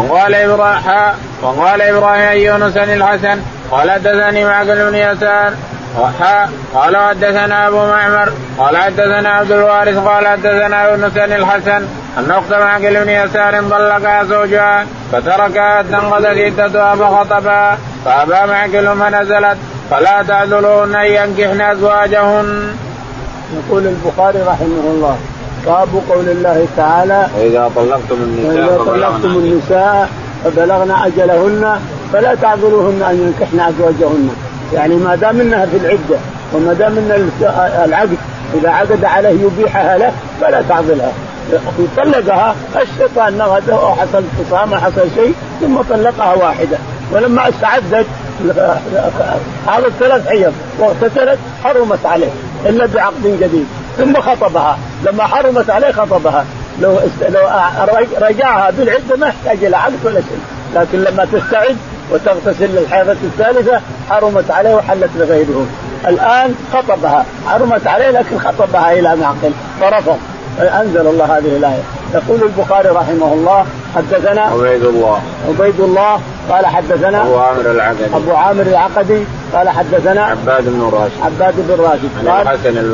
وقال إبراهيم يونس الحسن قال دثني معقل بن يسار قال حدثنا أبو معمر قال حدثنا عبد الوارث قال حدثنا يونس الحسن أن أخت معقل بن يسار طلقها زوجها فتركها تنقضت عدتها فخطبها فأبى معقل فنزلت فلا تعذلوهن أن ينكحن أزواجهن. يقول البخاري رحمه الله باب قول الله تعالى وإذا طلقتم النساء فبلغن أجلهن فلا تعذلوهن أن ينكحن أزواجهن. يعني ما دام انها في العده وما دام ان العقد اذا عقد عليه يبيحها له فلا تعضلها. طلقها الشيطان نغده او حصل خصام حصل شيء ثم طلقها واحده، ولما استعدت هذا 3 حيض واغتسلت حرمت عليه الا بعقد جديد ثم خطبها. لما حرمت عليه خطبها لو رجعها بالعده ما يحتاج الى عقد ولا شيء، لكن لما تستعد وتغتسل للحيضة الثالثة حرمت عليه وحلت لغيره. الآن خطبها حرمت عليه لكن خطبها إلى معقل فرفض، أنزل الله هذه الآية. يقول البخاري رحمه الله حدثنا عبيد الله قال حدثنا أبو عامر العقدي قال حدثنا عباد بن راشد قال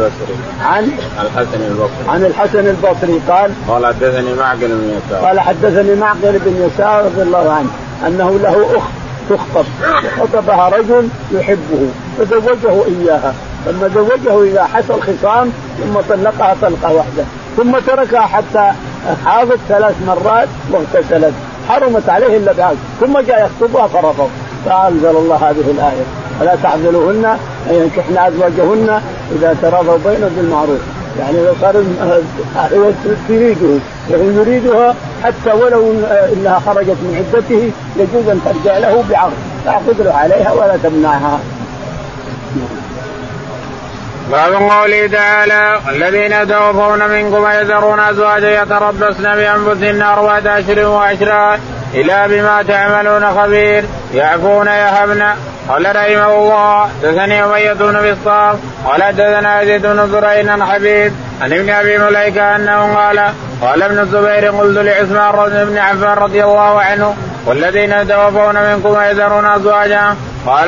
عن الحسن البصري قال حدثني معقل بن يسار رضي الله عنه أنه له أخت تخطب خطبها رجل يحبه فزوجه إياها، لما زوجه إذا حصل خصام ثم طلقها طلقة واحدة ثم تركها حتى حاضت 3 مرات واغتسلت حرمت عليه إلا بعد ثم جاء يخطبها فرفض، فأنزل الله هذه الآية فلا تعذلوهن أن ينكحن أزواجهن إذا تراضوا بينهم بالمعروف. يعني لو صار تريده وهو يريدها حتى ولو إنها خرجت من عدته يجوز أن ترجع له بعقد تعقد له عليها ولا تمنعها. باب قوله تعالى الذين يتوفون منكم ويذرون أزواجا يتربصن بأنفسهن 4 أشهر وعشرا إلى بما تعملون خبير يعفون يهبن. قال رحمه الله دثني أمية بن بسطام قال دثنا يزيد بن زريع عن حبيب عن ابن أبي مليكة أنه قال ابن الزبير قلت لعثمان بن عفان رضي الله عنه والذين يتوفون منكم ويذرون أزواجا قال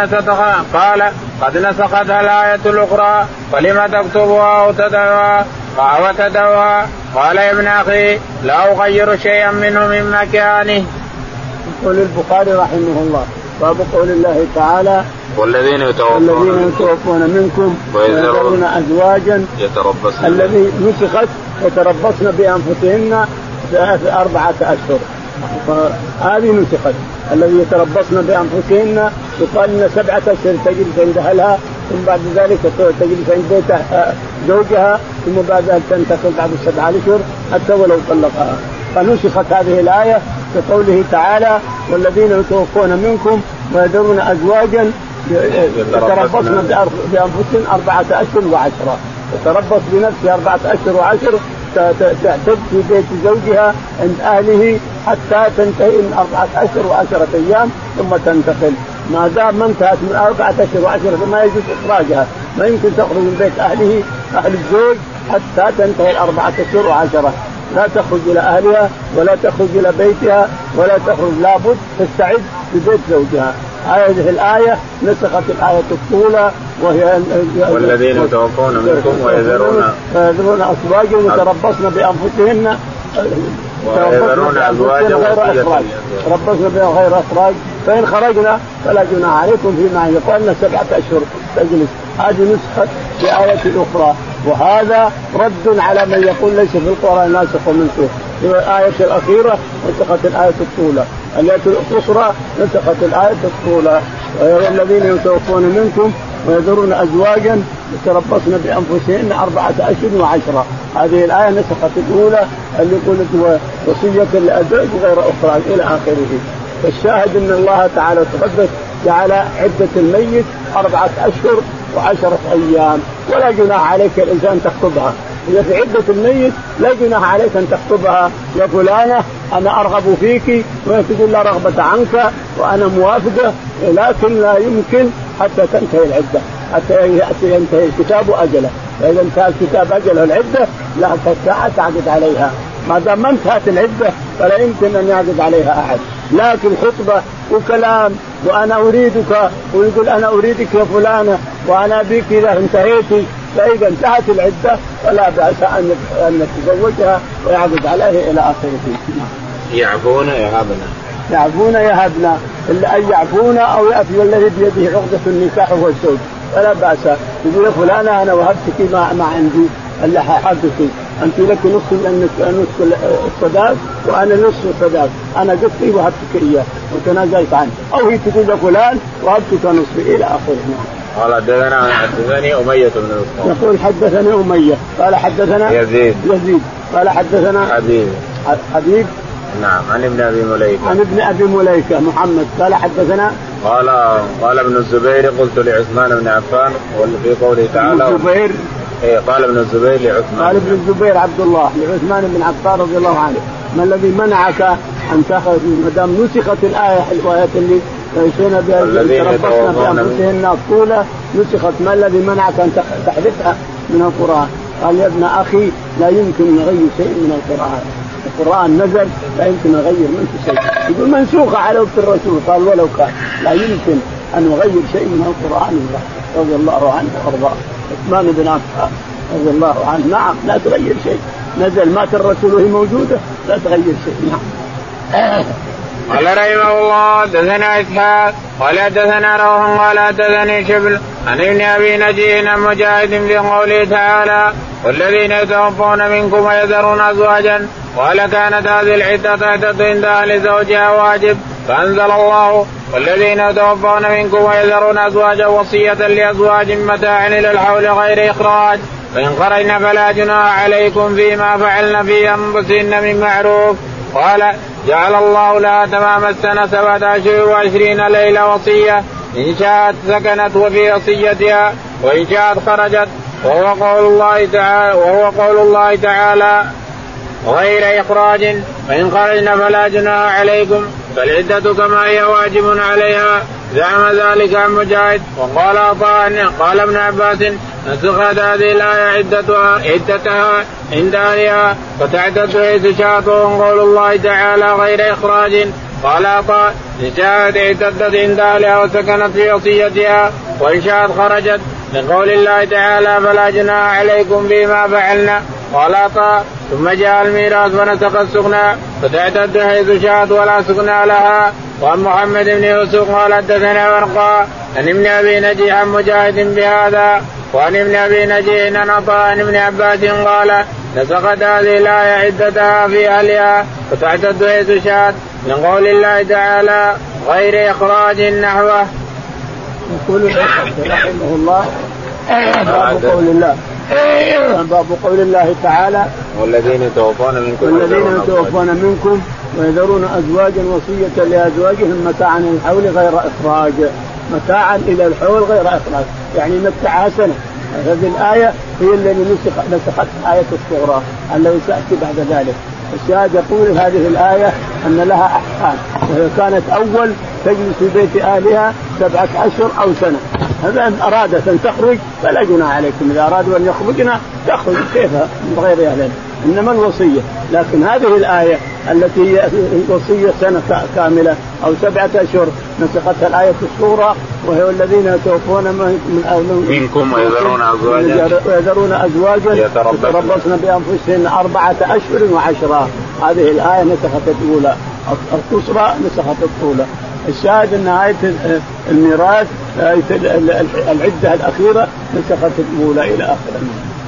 قد نسختها الآية الأخرى فلما تكتبها وتدعوها قال يا ابن أخي لا أغير شيئا منه من مكانه. يقول البخاري رحمه الله باب قول الله تعالى والذين يتوفون منكم ويذرون أزواجا الذي نسخت يتربصن بأنفسهن 4 أشهر. هذه نسخت الذي يتربصن بأنفسهن يقال إن 7 أشهر تجلس عند أهلها ثم بعد ذلك تجلس عند بيت زوجها ثم بعد ذلك تنتقل بعد 7 أشهر حتى ولو طلقها. فنسخت هذه الآية بقوله تعالى والذين يتوفون منكم ويذرون أزواجا يتربصن بأنفسهن 4 أشهر وعشرة. تتربص بنفسها 4 أشهر وعشر تعتد في بيت زوجها عند أهله حتى تنتهي من 4 أشهر و10 أيام ثم تنتقل. ما دام ما انتهت من 4 أشهر و10 ما يجوز إخراجها، ما يمكن تخرج من بيت أهله أهل الزوج حتى تنتهي 4 أشهر و10. لا تخرج إلى أهلها ولا تخرج إلى بيتها ولا تخرج، لابد تستعد في بيت زوجها. هذه الآية نسخت الآية الطولة وهي والذين يتوفون منكم ويذرون أزواجا يتربصن بأنفسهن ويذرون أزواجا تربصن بغير إخراج فإن خرجنا فلا جناح عليكم فيما يقولن 7 أشهر تجلس. هذه نسخت بآية أخرى، وهذا رد على من يقول ليس في القرآن ناسخ ومنسوخ. في الآية الأخيرة نسخت الآية الطولة، الآية الأخرى نسخت الآية الطولة. والذين يتوفون منكم ويذرون أزواجا يتربصن بأنفسهن 4 أشهر و10. هذه الآية نسخت الأولى اللي قلت وصية لأزواج غير أخرى إلى آخره. فالشاهد أن الله تعالى تقدس جعل عدة الميت 4 أشهر و10 أيام، ولا جناح عليك الإنسان تخطبها. إذا في عدة الميت لا جناح عليك أن تخطبها يا فلانة أنا أرغب فيك، وتقول لا رغبة عنك وأنا موافقة، لكن لا يمكن حتى تنتهي العدة، حتى ينتهي الكتاب أجله. فإذا انتهى الكتاب أجله العدة لا تستطيع تعقد عليها، ما دام ما انتهت العدة فلا يمكن أن يعقد عليها أحد. لكن خطبة وكلام وأنا أريدك ويقول أنا أريدك يا فلانة وأنا بك إذا انتهيتي، فإذا انتهت العدة فلا بأس أن تزوجها ويعقد عليه إلى آخره. يعفون يهبنا يعفون يهبنا، إلا أن يعفون أو يأتي الذي بيده عقدة النكاح هو الزوج فلا بأس. يقول يا فلانة أنا وهبتك ما عندي إلا حقك، أنت لك نصف الصداق وأنا نصف الصداق، أنا قلت وهبتك إياه وتنازلت عنه، أو هي تقول يا فلان وهبتك نصف إلى آخره. قال حدثني أمية بن الأسود يقول حدثني أمية قال حدثنا يزيد قال حدثنا حبيب نعم عن ابن أبي مليكة محمد قال حدثنا قال ابن الزبير قلت لعثمان بن عفان في قوله تعالى الزبير قال ابن الزبير لعثمان قال ابن الزبير عبد الله لعثمان بن عفان رضي الله عنه ما الذي منعك أن تخرج ما دام نسخت الآية اللي يشون بها تربصنا بأنفسهن الطولة نسخت، ما الذي منعك أن تحذفها من القرآن؟ قال يا ابن أخي لا يمكن نغير شيء من القرآن نزل لا يمكن نغير منه شيء. يقول منسوخة على وقت الرسول، قال ولو كان لا يمكن أن نغير شيء من القرآن رضي الله عنه وارضاه. عثمان بن عفان رضي الله عنه نعم لا تغير شيء، نزل مات الرسول وهي موجودة لا تغير شيء. نعم. قال رحمه الله حدثنا إسحاق قال حدثنا روح قال حدثني شبل عن ابن أبي نجيه عن مجاهد في قوله تعالى والذين يتوفون منكم ويذرون أزواجا قال كانت هذه العدة تعتد عند أهل زوجها واجب، فأنزل الله والذين يتوفون منكم ويذرون أزواجا وصية لأزواج متاعا إلى الحول غير إخراج، فإن خرجن فلا جناح عليكم فيما فعلن في أنفسهن من معروف. قال جعل الله لها تمام السنة 27 ليلة وصية، إن شاءت سكنت وفي وصيتها وإن شاءت خرجت، وهو قول الله تعالى غير إخراج، فإن خرجن فلا جناح عليكم فالعدة كما هي واجب عليها. زعم ذلك عن مجاهد. وقال عطاء قال ابن عباس نسخت هذه الآية عدتها عند أهلها فتعتد حيث شاءت، قول الله تعالى غير إخراج. قال عطاء إن شاءت اعتدت عند أهلها وسكنت في وصيتها وإن شاءت خرجت، لقول الله تعالى فلا جناح عليكم فيما فعلنا. قال عطاء ثم جاء الميراث فنسخ السكنى فتعتد حيث شاءت ولا سكنى لها. وعن محمد بن يوسف قال حدثنا ورقاء عن ابن أبي نجيه عن مجاهد بهذا، وعن ابن أبي نجيه عن عطاء عن ابن عباس قال نسخت هذه الآية عدتها في أهلها فتعتد حيث شاءت، من قول الله تعالى غير إخراج نحوه. يقول رحمه الله باب قول الله تعالى والذين يتوفون منكم ويذرون أزواجا وصية لأزواجهم متاعا إلى الحول غير إخراج، متاعا إلى الحول غير إخراج يعني متاعها سنة. هذه الآية هي التي نسخت آية الصغرى التي تأتي بعد ذلك. الشاهد يقول هذه الآية أن لها أحكام، وهي كانت أول تجلس في بيت أهلها 7 أشهر أو سنة. هذا أرادت أن تخرج فلا جناح عليكم، إذا أرادوا أن يخرجنا تخرج كيف من غير أهلنا، إنما الوصية. لكن هذه الآية التي هي وصية سنة كاملة أو 7 أشهر نسختها الآية الصورة، وهي الذين يتوفون منكم ويذرون أزواجا يتربصن بأنفسهن 4 أشهر و10. هذه الآية نسخت الأولى، القصرى نسخت الطولى. الشاهد أن آية الميراث العدة الأخيرة نسخت الأولى إلى آخره.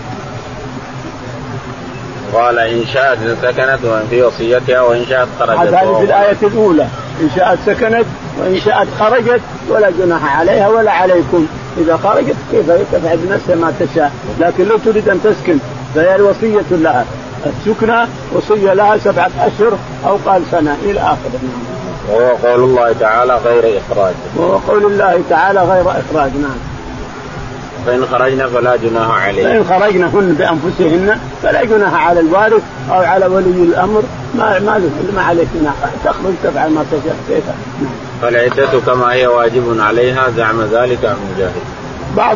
قال إن شاءت سكنت وإن في وصيتها وإن شاءت خرجت. هذه في الآية الأولى إن شاءت سكنت وإن شاءت خرجت ولا جناح عليها ولا عليكم. إذا خرجت كيف تفعل بنفسها ما تشاء، لكن لو تريد أن تسكن فهي الوصية لها، السكنى وصية لها 7 أشهر أو قال سنة إلى آخره. وهو قول الله تعالى غير إخراج. وهو قول الله تعالى غير إخراج. نعم. فإن خرجنا فلا جناح عليهن. فإن خرجنا هن بأنفسهن فلا جناح على الوارث أو على ولي الأمر، ما عليك جناح، تخرج تفعل ما تشاء كيف. فالعدة كما هي واجب عليها زعم ذلك عن مجاهد. بعض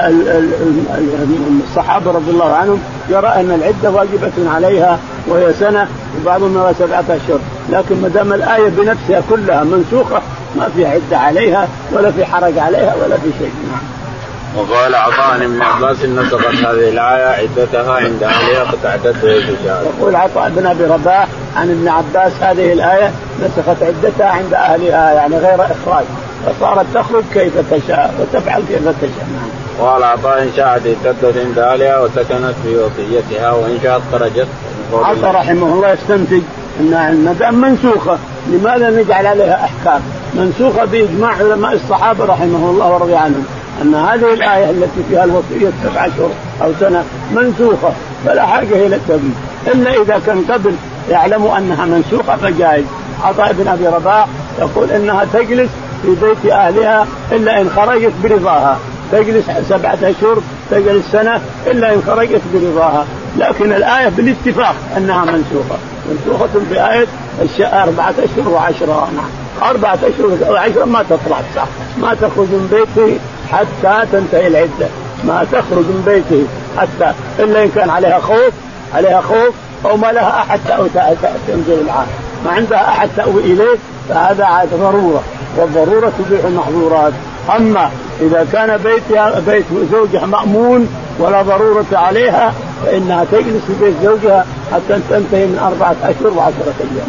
الصحابة رضي الله عنهم يرى أن العدة واجبة عليها وهي سنة، وبعضهم يرى 7 أشهر، لكن ما دام الآية بنفسها كلها منسوخة ما في عدة عليها ولا في حرج عليها ولا في شيء. وقال عطاء بن عباس نسخت هذه الآية عدتها عند أهلها فتعتد وتجاهد. يقول عطاء بن أبي رباح عن ابن عباس هذه الآية نسخت عدتها عند أهلها يعني غير إخراج، فصارت تخرج كيف تشاء وتفعل كيف تشاء. قال عطاء إن شاءت اعتدت عند أهلها وسكنت في وصيتها وإن شاءت خرجت. عطاء رحمه الله يستنتج أن ما دام منسوخة لماذا نجعل عليها أحكام؟ منسوخة بإجماع علماء الصحابة رحمه الله ورضي عنهم أن هذه الآية التي فيها الوصية 7 أشهر أو سنة منسوخة فلا حاجة إلى التبيين، إلا إذا كان قبل يعلموا أنها منسوخة فجائز. عطاء بن أبي رباح يقول إنها تجلس في بيت أهلها إلا إن خرجت برضاها، تجلس 7 أشهر تجلس سنة إلا إن خرجت برضاها، لكن الآية بالاتفاق أنها منسوخة في آية 4 أشهر و10. 4 أشهر و10 ما تطلع صح، ما تخرج من بيته حتى تنتهي العدة، ما تخرج من بيته حتى إلا إن كان عليها خوف أو ما لها أحد تنزل العام، ما عندها أحد تأوي إليه فهذا ضرورة، والضرورة تبيح المحظورات. أما إذا كان بيت زوجها مأمون ولا ضرورة عليها فإنها تجلس في بيت زوجها حتى تنتهي من 4 أشهر و10 أيام.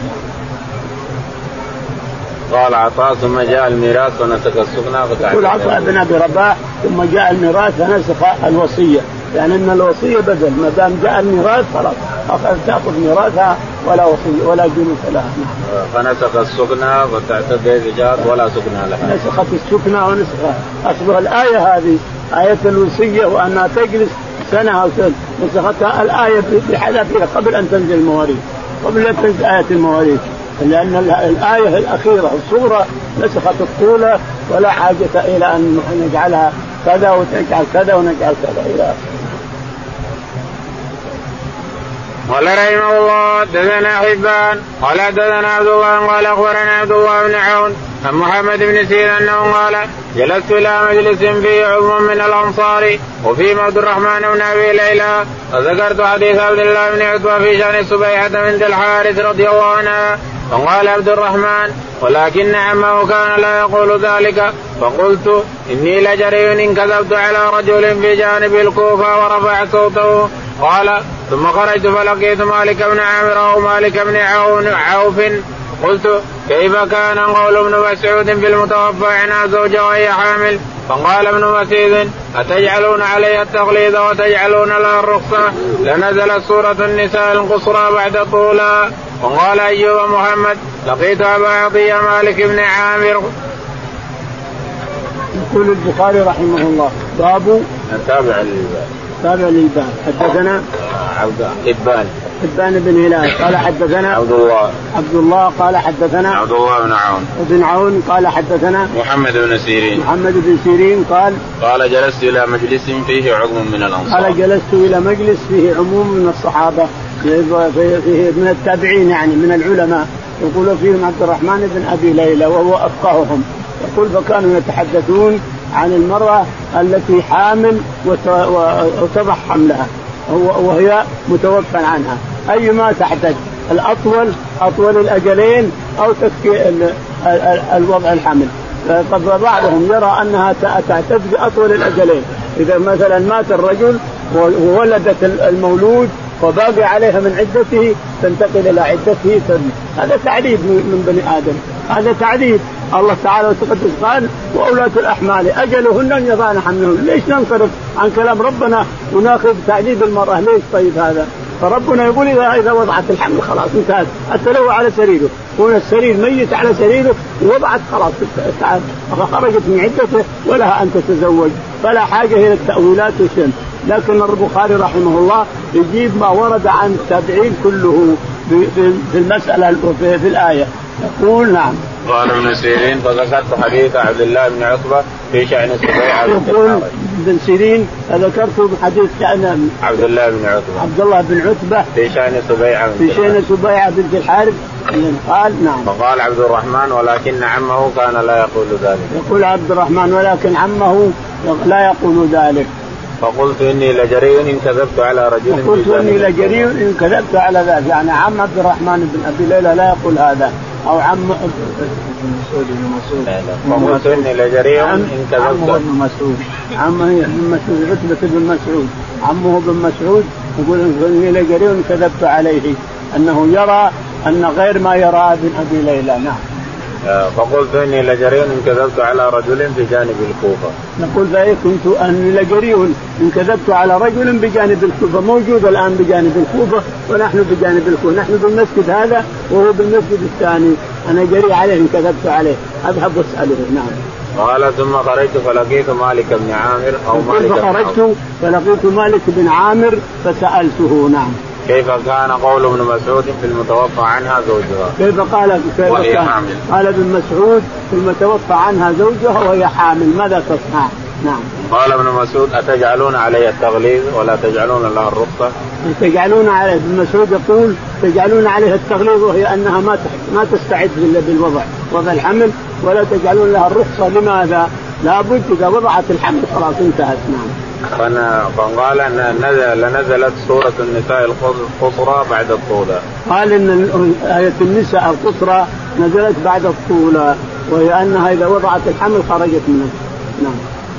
قال عطاء ثم جاء الميراث فنسخ السكنى. يقول عطاء بن أبي رباح ثم جاء الميراث فنسخ الوصية، يعني أن الوصية بدل، ما دام جاء الميراث خلاص تأخذ ميراثها ولا وصية ولا جنس لها. فنسخ السكنى فتعتد الرجال ولا سكنى لها. نسخت السكنى ونسخ أصبح الآية هذه آية الوصية وأنها تجلس سنة أو سنة، نسختها الآية بحذافيرها قبل أن تنزل المواريث، قبل أن تنزل آية المواريث، لأن الآية الأخيرة الصورة نسخت الطولة ولا حاجة إلى أن نجعلها كذا وتجعل كذا ونجعل كذا إلى آخره. قال رحمه الله حدثنا حبان قال حدثنا عبد الله قال أخبرنا عبد الله بن عون عن محمد بن سيرين أنه قال جلست إلى مجلس فيه عظم من الأنصار وفيه عبد الرحمن بن أبي ليلى فذكرت حديث عبد الله بن عتبة في شأن سبيحة بنت الحارث رضي الله عنها، فقال عبد الرحمن ولكن عمه كان لا يقول ذلك، فقلت إني لجريء إن كذبت على رجل في جانب الكوفة ورفع صوته. قال ثم خرجت فلقيت مالك بن عامر أو مالك بن عوف، قلت كيف كان قول ابن مسعود في المتوفى عنها زوجها وهي حامل؟ فقال ابن مسعود أتجعلون عليها التغليظ وتجعلون لها الرخصة؟ لنزلت سورة النساء القصرى بعد طولها. وقال أيوب محمد لقيت أبا عطية مالك بن عامر. يقول البخاري رحمه الله باب تابع للباب. حدثنا حبان بن هلال قال حدثنا عبد الله قال حدثنا عبد الله بن عون قال حدثنا محمد بن سيرين قال جلست إلى مجلس فيه عظم من الأنصار. قال جلست إلى مجلس فيه عموم من الصحابة، فيه من التابعين يعني من العلماء، يقول فيهم عبد الرحمن بن أبي ليلى وهو أفقههم، يقول فكانوا يتحدثون عن المرأة التي حامل وتضع حملها وهي متوفى عنها، أيما تحتاج الأطول أطول الأجلين أو تكفي الوضع الحمل. بعضهم يرى أنها تعتد بأطول الأجلين، إذا مثلا مات الرجل وولدت المولود وباقي عليها من عدته تنتقل إلى عدته هذا تعذيب من بني آدم، هذا تعذيب. الله تعالى وتقدس قال وأولاة الأحمال أجلهن أن يضعن حملهن. ليش ننصرف عن كلام ربنا وناخذ تعذيب المرأة؟ ليش طيب هذا؟ فربنا يقول إذا وضعت الحمل خلاص انتهت، حتى لو على سريره، هنا السرير ميت على سريره ووضعت خلاص خرجت من عدته ولها أن تتزوج، فلا حاجة إلى التأويلات والشمس. لكن البخاري رحمه الله يجيب ما ورد عن التابعين كله في المسألة في الآية. يقول نعم. قال ابن سيرين فذكرت حديث عبد الله بن عتبة في شأن سبيعة. يقول ابن سيرين ذكرت حديث شأن عبد الله بن عتبة في شأن سبيعة بنت الحارث قال نعم. فقال عبد الرحمن ولكن عمه كان لا يقول ذلك. يقول عبد الرحمن ولكن عمه لا يقول ذلك. فقلت إني لجريء إن كذبت على رجل. فقلت إني لجريء إن كذبت على ذلك، يعني عم عبد الرحمن بن أبي ليلى لا يقول هذا، أو عم فقلت إني لجريء إن كذبت. عمه بن مسعود، عتبة بن مسعود، عمه بن مسعود يقول إني لجريء إن كذبت عليه، أنه يرى أن غير ما يرى ابن أبي ليلى. نعم. فقلت إني لجريء إن كذبت على رجل في جانب الكوفة. نقول كنت أني لجريء إن كذبت على رجل بجانب الكوفة، موجود الآن بجانب الكوفة ونحن بجانب الكوفة، نحن بالمسجد هذا وهو بالمسجد الثاني، أنا جريء عليه إن كذبت عليه، أذهب واسأله. نعم. قال ثم خرجت فلقيت مالك بن عامر أو مالك بن عامر. فخرجت فلقيت مالك بن عامر فسألته. نعم. كيف كان قول ابن مسعود في المتوفى عنها زوجها؟ كيف قال ابن مسعود في المتوفى عنها زوجها وهي حامل ماذا تصنع؟ نعم. قال ابن مسعود أتجعلون علي التغليظ ولا تجعلون لها الرخصة؟ تجعلون عليه، ابن مسعود يقول تجعلون عليها التغليظ وهي أنها ما تستعد وضع الحمل، ولا تجعلون لها الرخصة. لماذا؟ لابد إذا وضعت الحمل خلاص انتهت. نعم. فقال أن نزلت سورة النساء القصرى بعد الطولة. قال إن آية النساء القصرى نزلت بعد الطولة، وهي أنها إذا وضعت الحمل خرجت منه. نعم.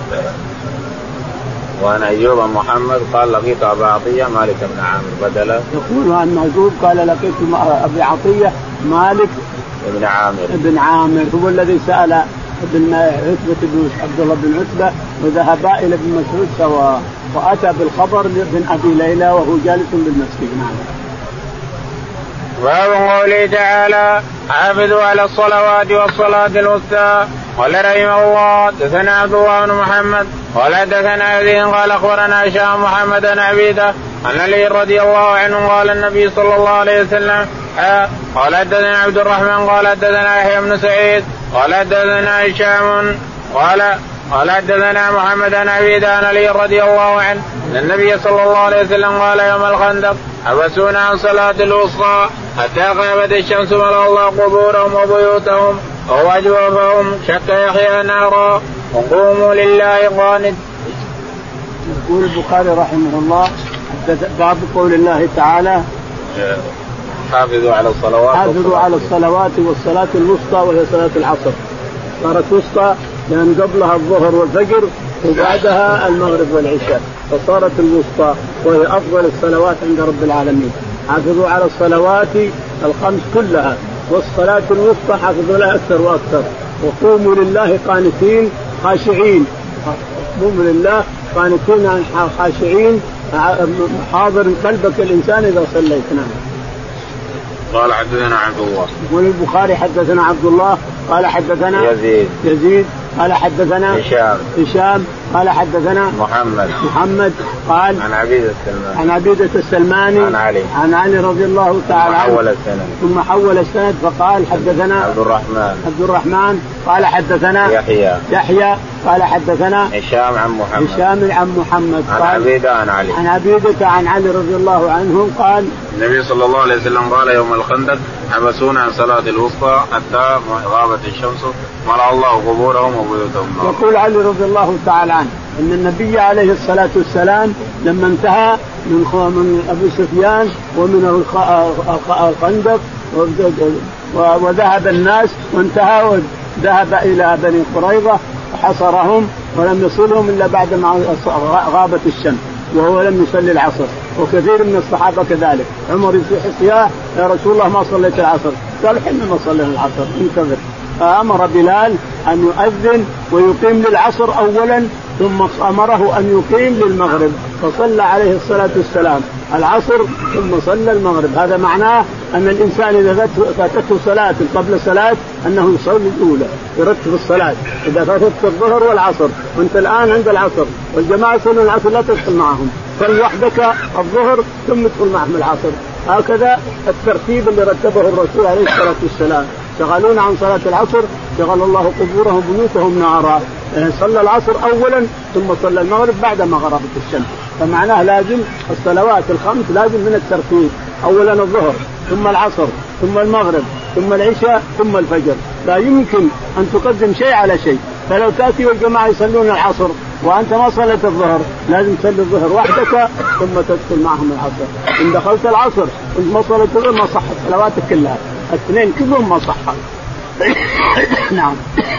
وأن أيوب محمد قال لقيت أبا عطية مالك بن عامر بدلا. يقول عن أيوب قال لقيت أبي عطية مالك بن عامر هو الذي سأل ابن عتبة بن عبد الله بن عتبة وذهبا إلى ابن مسعود سواء، وأتى بالخبر لابن أبي ليلى وهو جالس بالمسجد. نعم. باب قوله تعالى حافظوا على الصلوات والصلاة الوسطى. قال رحمه الله حدثنا عبد الله بن محمد قال حدثنا يزيد قال أخبرنا هشام محمد بن عبيدة عن علي رضي الله عنه قال النبي صلى الله عليه وسلم قال حدثنا عبد الرحمن قال حدثنا يحيى بن سعيد قال حدثنا هشام قال حدثنا محمد بن عبيدة عن علي رضي الله عنه أن النبي صلى الله عليه وسلم قال يوم الخندق حبسونا عن صلاة الوسطى حتى غابت الشمس ملأ الله قبورهم وبيوتهم وأجوافهم شك يحيى نارا وقوموا لله قانت. يقول البخاري رحمه الله باب قول الله تعالى حافظوا على الصلوات والصلاة الوسطى وهي صلاة العصر. صارت وسطى لأن قبلها الظهر والفجر وبعدها المغرب والعشاء، فصارت الوسطى وهي أفضل الصلوات عند رب العالمين. حافظوا على الصلوات الخمس كلها والصلاة الوسطى حافظوا لها أكثر وأكثر، وقوموا لله قانتين خاشعين، قوموا لله قانتين خاشعين حاضر قلبك الإنسان إذا صليت. نعم. قال حدثنا عبد الله. يقول البخاري حدثنا عبد الله قال حدثنا يزيد قال حدثنا هشام قال حدثنا محمد قال عن عبيدة السلماني عن علي رضي الله تعالى عنه ثم حول السند فقال حدثنا عبد الرحمن قال حدثنا يحيى قال حدثنا هشام عن محمد عن عبيدة عن علي رضي الله عنه قال النبي صلى الله عليه وسلم قال يوم الخندق حبسونا عن صلاة الوسطى حتى غابت الشمس ملأ الله قبورهم وبيوتهم. يقول علي رضي الله تعالى عنه ان النبي عليه الصلاة والسلام لما انتهى من ابي سفيان ومن الخندق وذهب الناس وانتهى وذهب الى بني قريظة وحصرهم ولم يصلهم الا بعد ما غابت الشمس وهو لم يصلي العصر. وكثير من الصحابة كذلك. عمر يصيح يا رسول الله ما صليت العصر. قال حين ما صلينا العصر انتظر. فأمر بلال أن يؤذن ويقيم للعصر أولا ثم أمره أن يقيم للمغرب فصلى عليه الصلاة والسلام العصر ثم صلى المغرب. هذا معناه أن الإنسان إذا فاتته صلاة قبل صلاة أنه يصلي الأولى يرتب الصلاة. إذا فاتت الظهر والعصر وأنت الآن عند العصر والجماعة يصلون العصر لا تدخل معهم صل وحدك الظهر ثم ادخل معهم العصر. هكذا الترتيب اللي رتبه الرسول عليه الصلاة والسلام. شغلون عن صلاة العصر شغل الله قبورهم بيوتهم نارا. صلى العصر أولا ثم صلى المغرب بعد ما غربت الشمس. فمعناه لازم الصلوات الخمس لازم من الترتيب أولا الظهر ثم العصر ثم المغرب ثم العشاء ثم الفجر. لا يمكن أن تقدم شيء على شيء. فلو تأتي والجماعة يصلون العصر وأنت ما صليت الظهر لازم تصلي الظهر وحدك ثم تدخل معهم العصر. إن دخلت العصر وانت ما صليت الظهر ما صحت صلواتك كلها الاثنين كلهم ما صحت. نعم.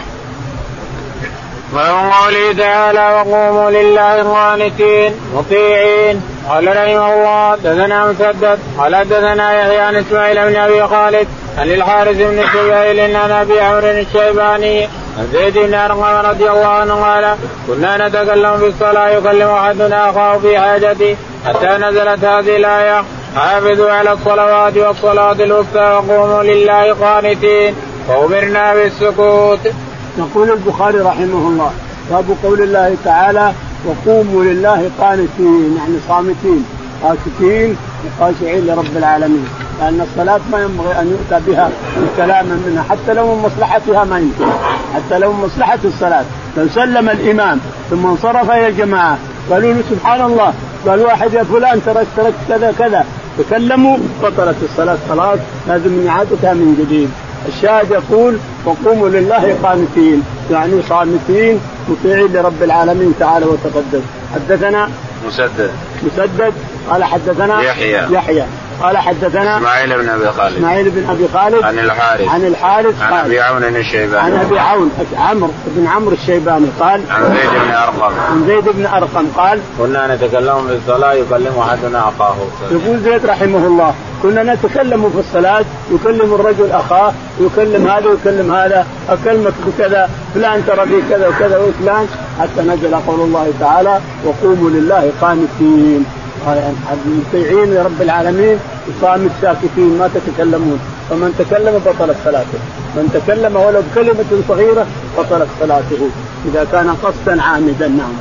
ويوم قوله تعالى وقوموا لله قانتين مطيعين. قال رحمه الله دثنا مسدد قال دثنا يحيى عن اسماعيل بن ابي خالد عن الحارث بن سهيل عن ابي عمرو الشيباني عن زيد بن ارقم رضي الله عنه قال كنا نتكلم في الصلاة يكلم احدنا اخاه في حاجته حتى نزلت هذه الآية حافظوا على الصلوات والصلاة الوسطى وقوموا لله قانتين فأمرنا بالسكوت. يقول البخاري رحمه الله باب قول الله تعالى وقوموا لله قانتين يعني صامتين قاسكين وخاشعين لرب العالمين. لأن الصلاة ما ينبغي أن يؤتى بها كلاما منها حتى لو من مصلحتها ما يمكن. حتى لو من مصلحة الصلاة لو سلم الإمام ثم انصرف إلى الجماعة قالوا له سبحان الله قال واحد يا فلان تركت كذا كذا تكلموا بطلت الصلاة خلاص لازم إعادتها من جديد. الشاهد يقول وقوموا لله قانتين يعني صامتين مطيعين لرب العالمين تعالى وتقدس. حدثنا مسدد قال حدثنا يحيى قال حدثنا اسماعيل بن ابي خالد عن الحارث عن ابي عون الشيباني عن ابي عمرو بن عمرو الشيباني قال عن زيد بن ارقم قال كنا نتكلم في الصلاة يكلم احدنا اخاه. يقول زيد رحمه الله كنا نتكلم في الصلاة يكلم الرجل اخاه يكلم هذا ويكلم هذا اكلمك بكذا فلان ترى في كذا وكذا وفلان حتى نزل قول الله تعالى وقوموا لله قانتين مطيعين لرب العالمين وصامت ساكتين ما تتكلمون. فمن تكلم بطلت صلاته من تكلم ولو بكلمة صغيرة بطلت صلاته إذا كان قصدا عامدا. نعم.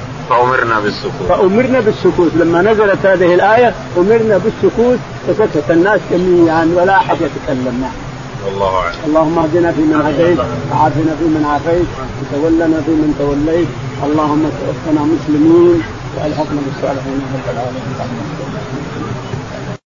فأمرنا بالسكوت لما نزلت هذه الآية أمرنا بالسكوت فسكت الناس جميعا ولا أحد يتكلم. نعم. والله أعلم. اللهم اهدنا فيمن هديت وعافنا فيمن عافيت وتولنا فيمن توليت. اللهم توفنا مسلمين والحقنا بالصالحين رب العالمين.